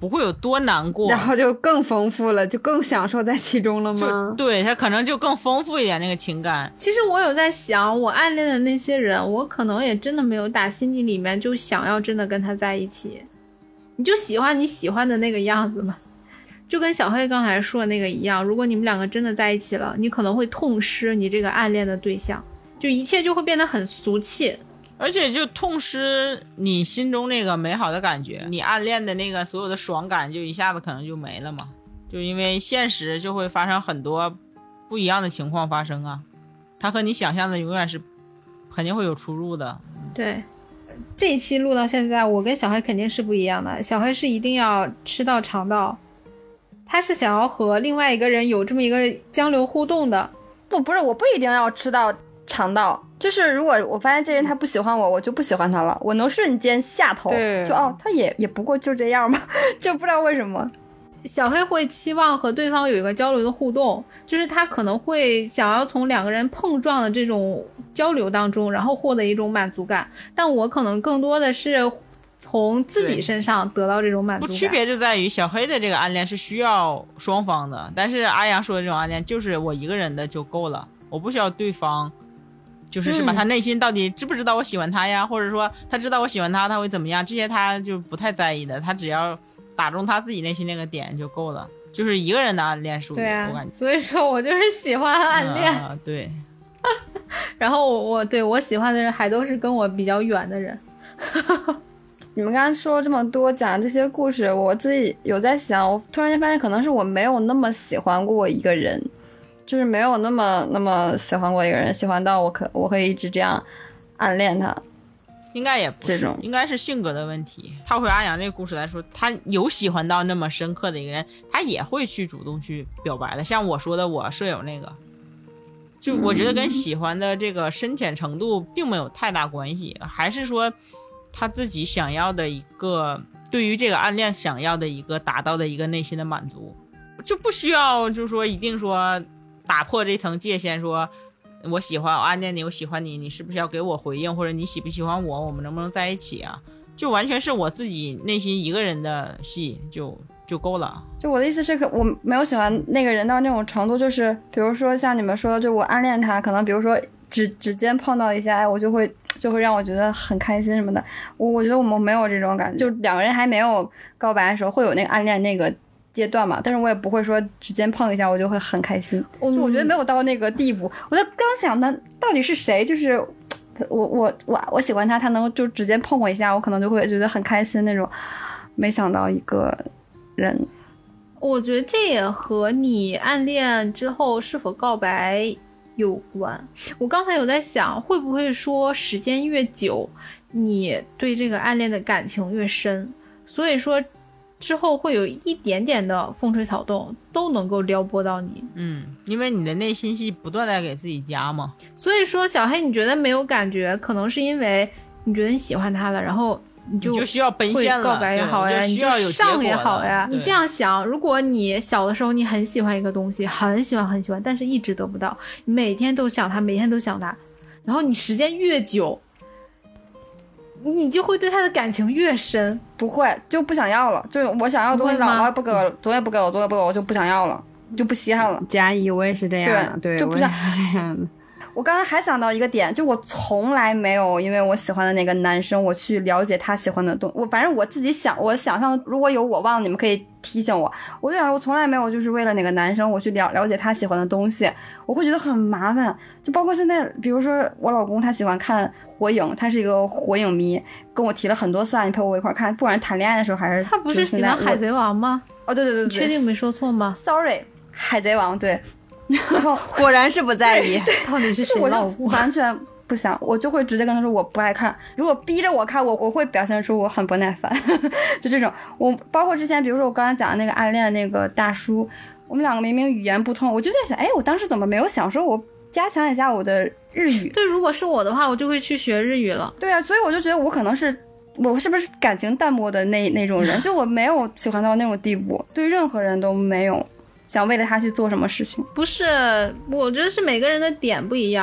不会有多难过， 然后就更丰富了，就更享受在其中了吗？ 对，他可能就更丰富一点那个情感。 其实我有在想，我暗恋的那些人，我可能也真的没有打心底里面就想要真的跟他在一起。你就喜欢你喜欢的那个样子嘛，就跟小黑刚才说的那个一样，如果你们两个真的在一起了，你可能会痛失你这个暗恋的对象，就一切就会变得很俗气， 而且就痛失你心中那个美好的感觉，你暗恋的那个所有的爽感就一下子可能就没了嘛，就因为现实就会发生很多不一样的情况发生啊，它和你想象的永远是肯定会有出入的。 对，这一期录到现在，我跟小黑肯定是不一样的。小黑是一定要吃到尝到，他是想要和另外一个人有这么一个交流互动的。 不，不是，我不一定要吃到尝到，就是如果我发现这人他不喜欢我，我就不喜欢他了，我能瞬间下头，就哦，他也也不过就这样嘛，就不知道为什么。 小黑会期望和对方有一个交流的互动，就是他可能会想要从两个人碰撞的这种交流当中，然后获得一种满足感，但我可能更多的是从自己身上得到这种满足感。 不，区别就在于小黑的这个暗恋是需要双方的，但是阿阳说的这种暗恋就是我一个人的就够了，我不需要对方就是是吧、嗯、他内心到底知不知道我喜欢他呀，或者说他知道我喜欢他他会怎么样，这些他就不太在意的，他只要打中他自己内心那个点就够了，就是一个人的暗恋属于、 啊、 我感觉。 所以说我就是喜欢暗恋、 啊、对然后我对我喜欢的人还都是跟我比较远的人你们刚刚说了这么多讲这些故事，我自己有在想，我突然间发现可能是我没有那么喜欢过一个人，就是没有那么那么喜欢过一个人，喜欢到我可我会一直这样暗恋他。 应该也不是，应该是性格的问题。套回阿阳这个故事来说，他有喜欢到那么深刻的一个人，他也会去主动去表白的。像我说的我舍友那个，就我觉得跟喜欢的这个深浅程度并没有太大关系，还是说他自己想要的一个对于这个暗恋想要的一个达到的一个内心的满足，就不需要就是说一定说打破这层界限，说我喜欢我暗恋你，我喜欢你，你是不是要给我回应，或者你喜不喜欢我，我们能不能在一起啊，就完全是我自己内心一个人的戏就就够了。 就我的意思是我没有喜欢那个人到那种程度，就是比如说像你们说的，就我暗恋他，可能比如说指指尖碰到一下，哎，我就会就会让我觉得很开心什么的。我我觉得我们没有这种感觉，就两个人还没有告白的时候会有那个暗恋那个阶段嘛，但是我也不会说指尖碰一下我就会很开心，就我觉得没有到那个地步。我在刚想的到底是谁，就是我我我我喜欢他，他能就指尖碰我一下，我可能就会觉得很开心那种。没想到一个人， 我觉得这也和你暗恋之后是否告白有关。我刚才有在想，会不会说时间越久，你对这个暗恋的感情越深，所以说之后会有一点点的风吹草动都能够撩拨到你。 嗯，因为你的内心戏不断在给自己加嘛。 所以说小黑你觉得没有感觉，可能是因为你觉得你喜欢他了，然后你就你就需要奔现了， 告白也好呀， 你就需要有结果了， 你就上也好呀。你这样想，如果你小的时候你很喜欢一个东西，很喜欢很喜欢，但是一直得不到，你每天都想他，每天都想他，然后你时间越久，你就会对他的感情越深。 不会，就不想要了，就是我想要的东西姥姥也不给我，总也不给我，总也不给我，我就不想要了，就不稀罕了。 加一，我也是这样的，对， 对就不想这样的。 我刚才还想到一个点，就我从来没有因为我喜欢的那个男生，我去了解他喜欢的东西。我反正我自己想，我想象如果有我忘了，你们可以提醒我。我就想，我从来没有就是为了哪个男生我去了了解他喜欢的东西，我会觉得很麻烦。就包括现在，比如说我老公他喜欢看火影，他是一个火影迷，跟我提了很多次啊，你陪我一块看，不管是谈恋爱的时候还是他不是喜欢海贼王吗？ 哦，对对对对， 你确定没说错吗 ？Sorry， 海贼王对。然后果然是不在意， 到底是谁老婆？ 完全不想，我就会直接跟他说我不爱看。如果逼着我看，我我会表现出我很不耐烦，就这种。我包括之前，比如说我刚才讲的那个暗恋的那个大叔，我们两个明明语言不通，我就在想，哎，我当时怎么没有想说我加强一下我的日语？ 对，如果是我的话，我就会去学日语了。 对啊，所以我就觉得我可能是我是不是感情淡漠的那那种人，就我没有喜欢到那种地步，对任何人都没有想为了他去做什么事情。 不是，我觉得是每个人的点不一样。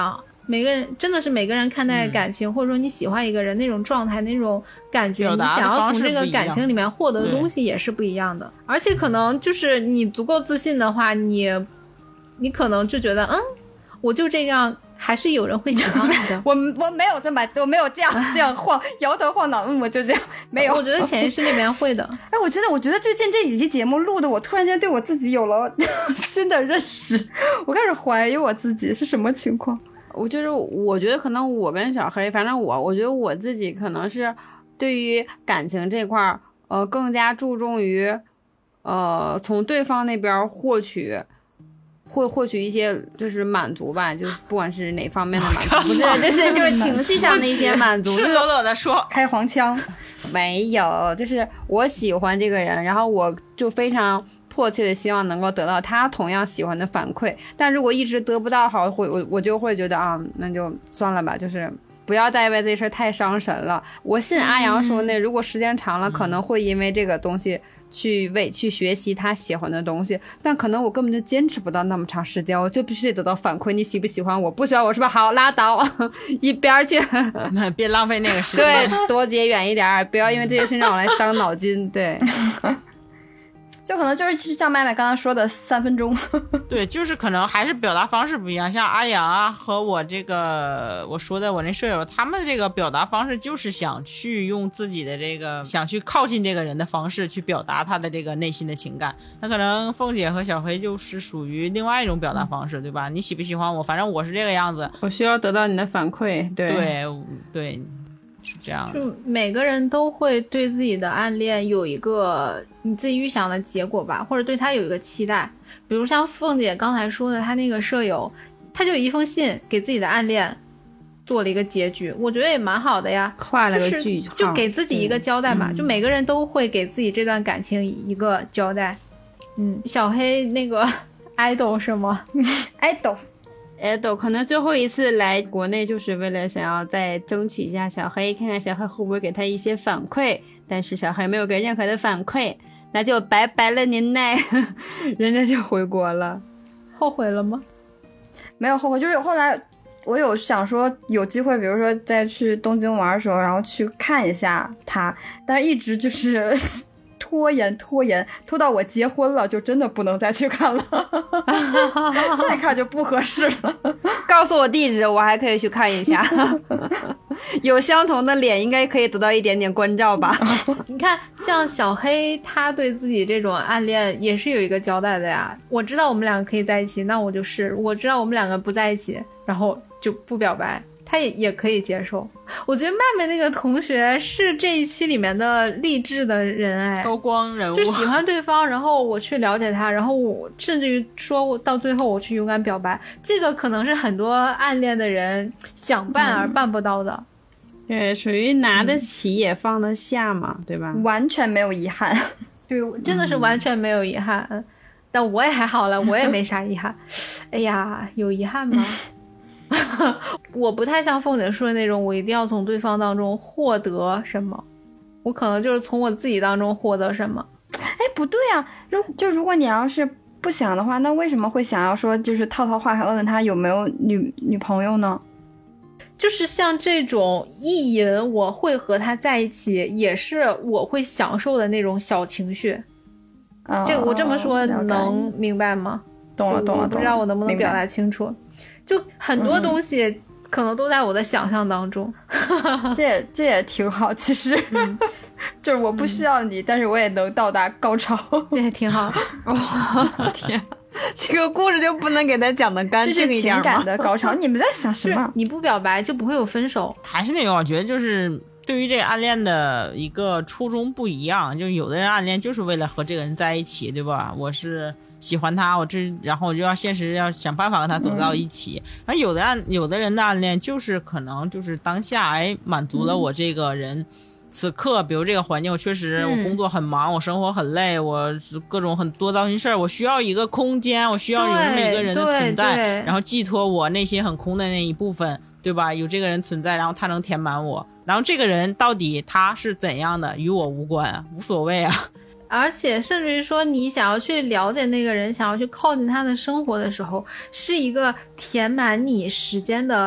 每个人真的是每个人看待感情、嗯、或者说你喜欢一个人那种状态那种感觉，你想要从这个感情里面获得的东西也是不一样的。而且可能就是你足够自信的话，你你可能就觉得嗯我就这样还是有人会喜欢你的。 我我没有这么我没有这样这样晃摇头晃脑，嗯，我就这样没有。 我觉得潜意识里面会的。 哎，我真的我觉得最近这几期节目录的，我突然间对我自己有了新的认识，我开始怀疑我自己是什么情况。 我就是我觉得可能我跟小黑，反正我我觉得我自己可能是对于感情这块儿，呃，更加注重于呃从对方那边获取。会获取一些就是满足吧，就是不管是哪方面的满足，不是就是就是情绪上的一些满足。 赤裸裸的说， 开黄腔， 没有，就是我喜欢这个人，然后我就非常迫切的希望能够得到他同样喜欢的反馈，但如果一直得不到好，会我我就会觉得啊，那就算了吧，就是不要再为这事太伤神了。我信阿阳说那、嗯、如果时间长了，可能会因为这个东西。去为去学习他喜欢的东西，但可能我根本就坚持不到那么长时间，我就必须得得到反馈，你喜不喜欢我，不喜欢我是吧？好，拉倒一边去别浪费那个时间， 对，多结远一点，不要因为这些事让我来伤脑筋。对就可能就是像麦麦刚刚说的三分钟对，就是可能还是表达方式不一样，像阿阳啊和我这个我说的我那舍友，他们这个表达方式就是想去用自己的这个想去靠近这个人的方式去表达他的这个内心的情感。那可能凤姐和小黑就是属于另外一种表达方式，对吧？你喜不喜欢我，反正我是这个样子， 我需要得到你的反馈。对对对，是这样的。 就每个人都会对自己的暗恋有一个你自己预想的结果吧，或者对他有一个期待。比如像凤姐刚才说的，她那个舍友，他就有一封信给自己的暗恋做了一个结局，我觉得也蛮好的呀， 画了个句号、 就是、就给自己一个交代嘛、嗯、就每个人都会给自己这段感情一个交代。嗯，小黑那个 idol 是吗 idol idol 可能最后一次来国内就是为了想要再争取一下小黑，看看小黑会不会给他一些反馈，但是小黑没有给任何的反馈，那就拜拜了您呢人家就回国了。 后悔了吗？ 没有后悔，就是后来我有想说有机会比如说再去东京玩的时候然后去看一下他，但是一直就是拖延拖延拖到我结婚了就真的不能再去看了再看就不合适了告诉我地址我还可以去看一下有相同的脸应该可以得到一点点关照吧你看像小黑他对自己这种暗恋也是有一个交代的呀，我知道我们两个可以在一起，那我就是我知道我们两个不在一起然后就不表白，他也也可以接受。我觉得麦麦那个同学是这一期里面的励志的人，哎， 高光人物， 就喜欢对方，然后我去了解他，然后我甚至于说到最后我去勇敢表白，这个可能是很多暗恋的人想办而办不到的。嗯对，属于拿得起也放得下嘛、嗯、对吧？ 完全没有遗憾。 对，真的是完全没有遗憾、嗯、但我也还好了，我也没啥遗憾哎呀，有遗憾吗我不太像凤姐说的那种我一定要从对方当中获得什么，我可能就是从我自己当中获得什么。 哎，不对啊，如就如果你要是不想的话，那为什么会想要说就是套套话还问问他有没有女女朋友呢？ 就是像这种意淫我会和他在一起也是我会享受的那种小情绪、哦、这个我这么说能明白吗？ 懂了懂了懂了， 不知道我能不能表达清楚。就很多东西可能都在我的想象当中、 嗯、这也这也挺好其实、嗯、就是我不需要你、嗯、但是我也能到达高潮， 这也挺好哦天这个故事就不能给他讲的干净一点吗？ 这是情感的高潮你们在想什么？ 你不表白就不会有分手。 还是那种我觉得就是对于这个暗恋的一个初衷不一样，就有的人暗恋就是为了和这个人在一起，对吧？我是喜欢他，我这然后我就要现实要想办法跟他走到一起。而、嗯、有的暗有的人的暗恋就是可能就是当下哎满足了我这个人、嗯、此刻比如这个环境我确实、嗯、我工作很忙，我生活很累，我各种很多糟心事儿，我需要一个空间，我需要有这么一个人的存在，然后寄托我内心很空的那一部分，对吧？有这个人存在，然后他能填满我，然后这个人到底他是怎样的与我无关啊，无所谓啊。 而且甚至于说你想要去了解那个人，想要去靠近他的生活的时候，是一个填满你时间的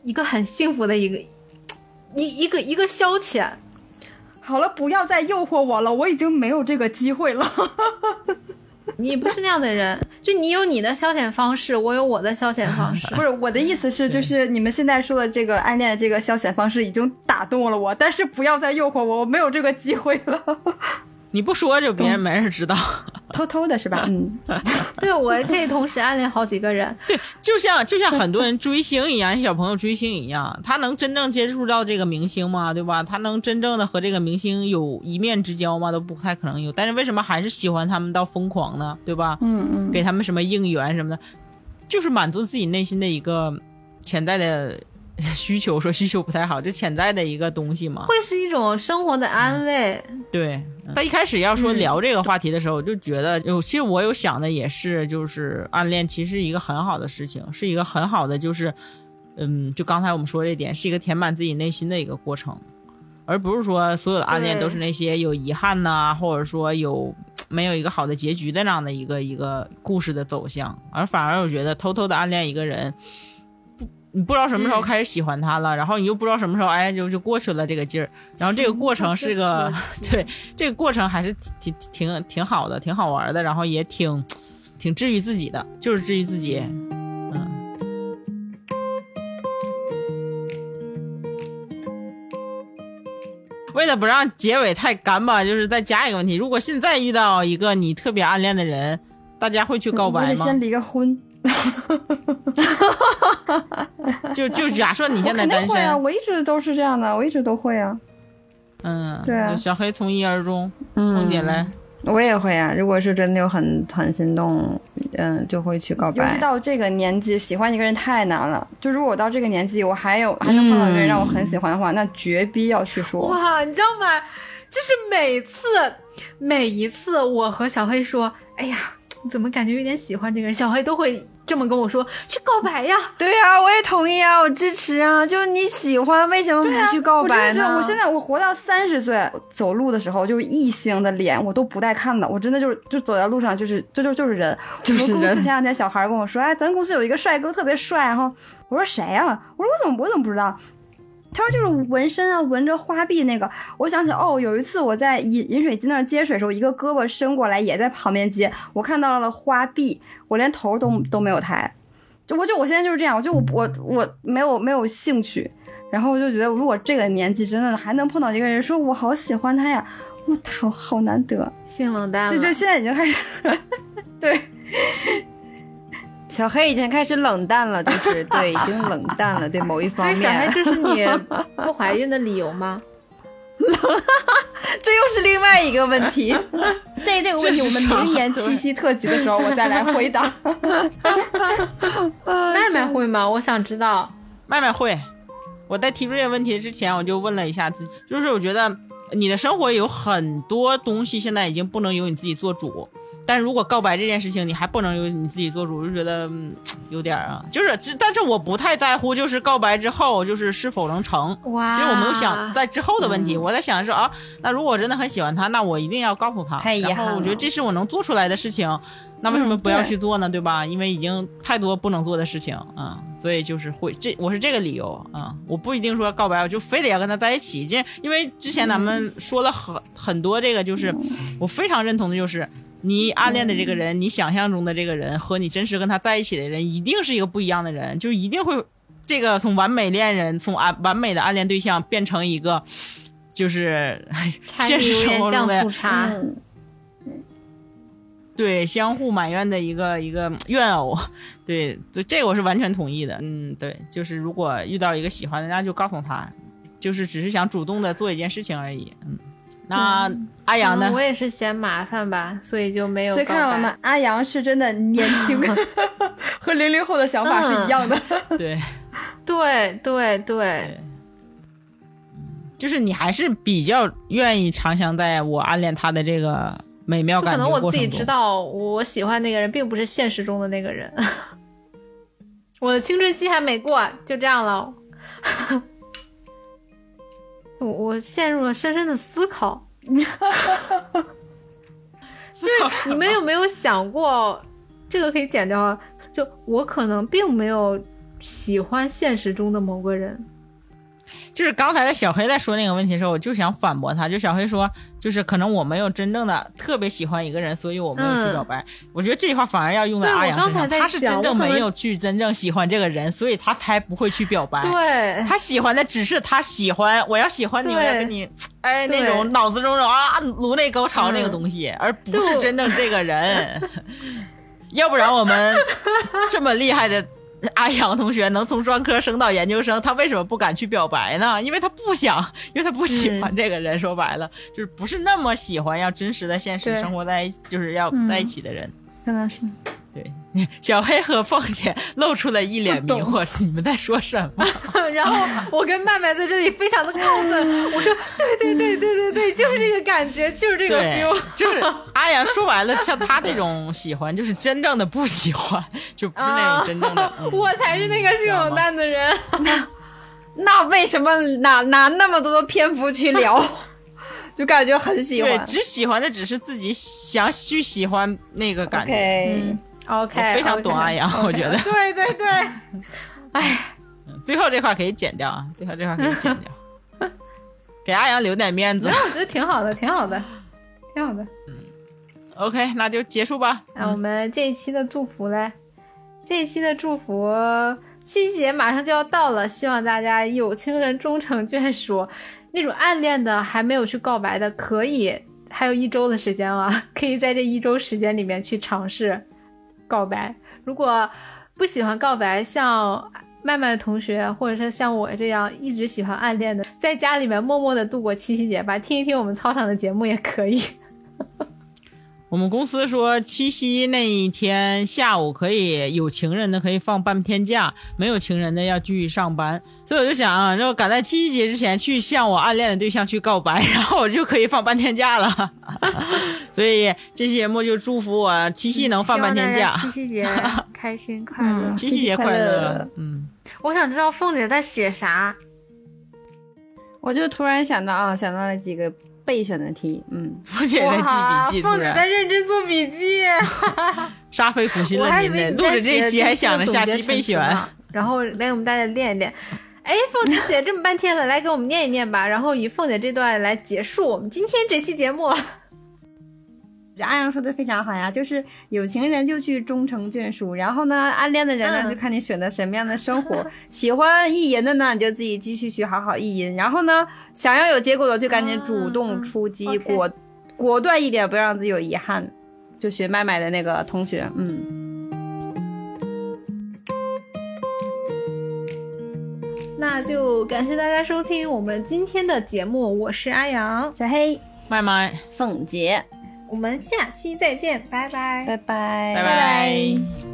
一个很幸福的一个一一个一个消遣。 好了，不要再诱惑我了，我已经没有这个机会了。 你不是那样的人，就你有你的消遣方式，我有我的消遣方式。 不是，我的意思是，就是你们现在说的这个暗恋的这个消遣方式已经打动了我，但是不要再诱惑我，我没有这个机会了。 你不说就别人没人知道， 偷偷的是吧？嗯， 对，我也可以同时暗恋好几个人。 对，就像就像很多人追星一样，小朋友追星一样，他能真正接触到这个明星吗？对吧？他能真正的和这个明星有一面之交吗？都不太可能有。但是为什么还是喜欢他们到疯狂呢？对吧？ 嗯嗯， 给他们什么应援什么的，就是满足自己内心的一个潜在的需求，说需求不太好，这潜在的一个东西嘛， 会是一种生活的安慰。 嗯、对，他一开始要说聊这个话题的时候，我就觉得有，其实我有想的也是，就是暗恋其实是一个很好的事情，是一个很好的，就是嗯，就刚才我们说这点，是一个填满自己内心的一个过程，而不是说所有的暗恋都是那些有遗憾呐、啊，或者说有没有一个好的结局的那样的一个一个故事的走向，而反而我觉得偷偷的暗恋一个人。你不知道什么时候开始喜欢他了、嗯、然后你又不知道什么时候哎就就过去了这个劲儿，然后这个过程是个对这个过程还是挺挺挺好的，挺好玩的，然后也挺挺治愈自己的，就是治愈自己。嗯，为了不让结尾太干吧，就是再加一个问题，如果现在遇到一个你特别暗恋的人，大家会去告白吗？ 我得先离个婚。 就就假设你现在单身， 我肯定会啊，我一直都是这样的，我一直都会啊。 嗯， 对啊， 小黑从一而终， 嗯， 红姐来， 我也会啊。如果是真的有很很心动，嗯，就会去告白。 尤其到这个年纪，喜欢一个人太难了。就如果我到这个年纪，我还有还能碰到一个人让我很喜欢的话，嗯、那绝逼要去说。 哇，你知道吗？就是每次每一次我和小黑说，哎呀，怎么感觉有点喜欢这个人，小黑都会这么跟我说，去告白呀。 对啊，我也同意啊，我支持啊，就是你喜欢为什么不去告白呢？ 啊、我, 我现在我活到三十岁，走路的时候就是异性的脸我都不带看的，我真的就是就走在路上就是就就就是人， 就是人。 公司前两天小孩跟我说，哎，咱公司有一个帅哥特别帅，然后我说谁啊？我说我怎么我怎么不知道？他说就是纹身啊，纹着花臂那个。我想起哦，有一次我在饮饮水机那儿接水的时候，一个胳膊伸过来也在旁边接，我看到了花臂，我连头都都没有抬。就我就我现在就是这样，我就我我我没有没有兴趣，然后我就觉得如果这个年纪真的还能碰到一个人说我好喜欢他呀，我好好难得， 性冷淡了。 就就现在已经开始对。 小黑已经开始冷淡了，就是对，已经冷淡了，对某一方面。 小黑，这是你不怀孕的理由吗？ 这又是另外一个问题。 这这个问题，我们明年七夕特辑的时候我再来回答。 麦麦会吗？我想知道。 麦麦会。我在提出这个问题之前，我就问了一下自己，就是我觉得你的生活有很多东西现在已经不能由你自己做主。但是如果告白这件事情你还不能由你自己做主，我就觉得、嗯、有点啊，就是但是我不太在乎就是告白之后就是是否能成。 哇， 其实我没有想在之后的问题、嗯、我在想的是啊，那如果我真的很喜欢他，那我一定要告诉他， 太遗憾了， 然后我觉得这是我能做出来的事情，那为什么不要去做呢、嗯、对, 对吧？因为已经太多不能做的事情啊、嗯，所以就是会这我是这个理由啊、嗯，我不一定说告白我就非得要跟他在一起，因为之前咱们说了很、嗯、很多这个，就是我非常认同的就是你暗恋的这个人、嗯、你想象中的这个人和你真实跟他在一起的人一定是一个不一样的人，就一定会这个从完美恋人从完完美的暗恋对象变成一个就是现实生活中的嗯对相互埋怨的一个一个怨偶，对对，这个我是完全同意的。嗯，对，就是如果遇到一个喜欢的，那就告诉他，就是只是想主动的做一件事情而已。嗯，那、嗯、阿阳呢、 嗯？我也是嫌麻烦吧，所以就没有。 所以看到了吗？阿阳是真的年轻，和零零后的想法是一样的。 嗯、对， 对对对， 就是你还是比较愿意长相在我暗恋他的这个美妙感觉过程中。 可能我自己知道，我喜欢那个人并不是现实中的那个人，我的青春期还没过，就这样了。我我陷入了深深的思考。就是你们有没有想过，这个可以剪掉啊？就我可能并没有喜欢现实中的某个人。 就是刚才的小黑在说那个问题的时候，我就想反驳他，就小黑说就是可能我没有真正的特别喜欢一个人，所以我没有去表白、嗯、我觉得这句话反而要用在阿阳身上，他是真正没有去真正喜欢这个人，所以他才不会去表白。 对， 他喜欢的只是他喜欢，我要喜欢你，我要跟你哎那种脑子中啊颅内高潮那个东西、嗯、而不是真正这个人要不然我们这么厉害的阿阳同学能从专科升到研究生，他为什么不敢去表白呢？因为他不想，因为他不喜欢这个人、嗯、说白了就是不是那么喜欢要真实的现实生活在就是要在一起的人。 真的是对，小黑和凤姐露出了一脸迷惑，你们在说什么？ 然后我跟麦麦在这里非常的亢奋，我说对对对对对对，就是这个感觉，就是这个 feel。 就是阿阳说白了，像他这种喜欢，就是真正的不喜欢，就不是那种真正的。啊嗯、我才是那个性冷淡的人。 那那为什么拿拿那么多的篇幅去聊？就感觉很喜欢， 对，只喜欢的只是自己想去喜欢那个感觉。 Okay. 嗯 OK， 我非常懂阿阳， okay, 我觉得。 对对对，哎， 最后这块可以剪掉啊，最后这块可以剪掉，给阿阳留点面子。 那我觉得挺好的，挺好的，挺好的。 嗯 ，OK， 那就结束吧。 那我们这一期的祝福嘞，这一期的祝福，七夕节马上就要到了，希望大家有情人终成眷属。那种暗恋的还没有去告白的，可以还有一周的时间了，可以在这一周时间里面去尝试告白。如果不喜欢告白，像麦麦的同学或者是像我这样一直喜欢暗恋的，在家里面默默的度过七夕节吧，听一听我们操场的节目也可以。 我们公司说七夕那一天下午可以有情人的可以放半天假，没有情人的要继续上班，所以我就想啊，就赶在七夕节之前去向我暗恋的对象去告白，然后我就可以放半天假了。所以这期节目就祝福我七夕能放半天假， 七夕节开心快乐、 嗯、七夕节快乐。嗯， 我想知道凤姐在写啥， 我就突然想到啊，想到了几个备选的题。嗯， 凤姐在记笔记， 凤姐在认真做笔记。 沙飞苦心了您的，录着这期还想着下期备选， 然后来我们大家练一练。哎，凤姐写了这么半天了，来给我们念一念吧，然后以凤姐这段来结束我们今天这期节目。 阿阳说的非常好呀，就是有情人就去终成眷属，然后呢暗恋的人呢、嗯、就看你选择什么样的生活。喜欢意淫的呢你就自己继续去好好意淫，然后呢想要有结果的就赶紧主动出击、嗯、果、okay. 果断一点，不要让自己有遗憾，就学麦麦的那个同学。嗯， 那就感谢大家收听我们今天的节目，我是阿阳、 小黑、 麦麦、 凤姐， 我们下期再见，拜拜， 拜拜， 拜拜。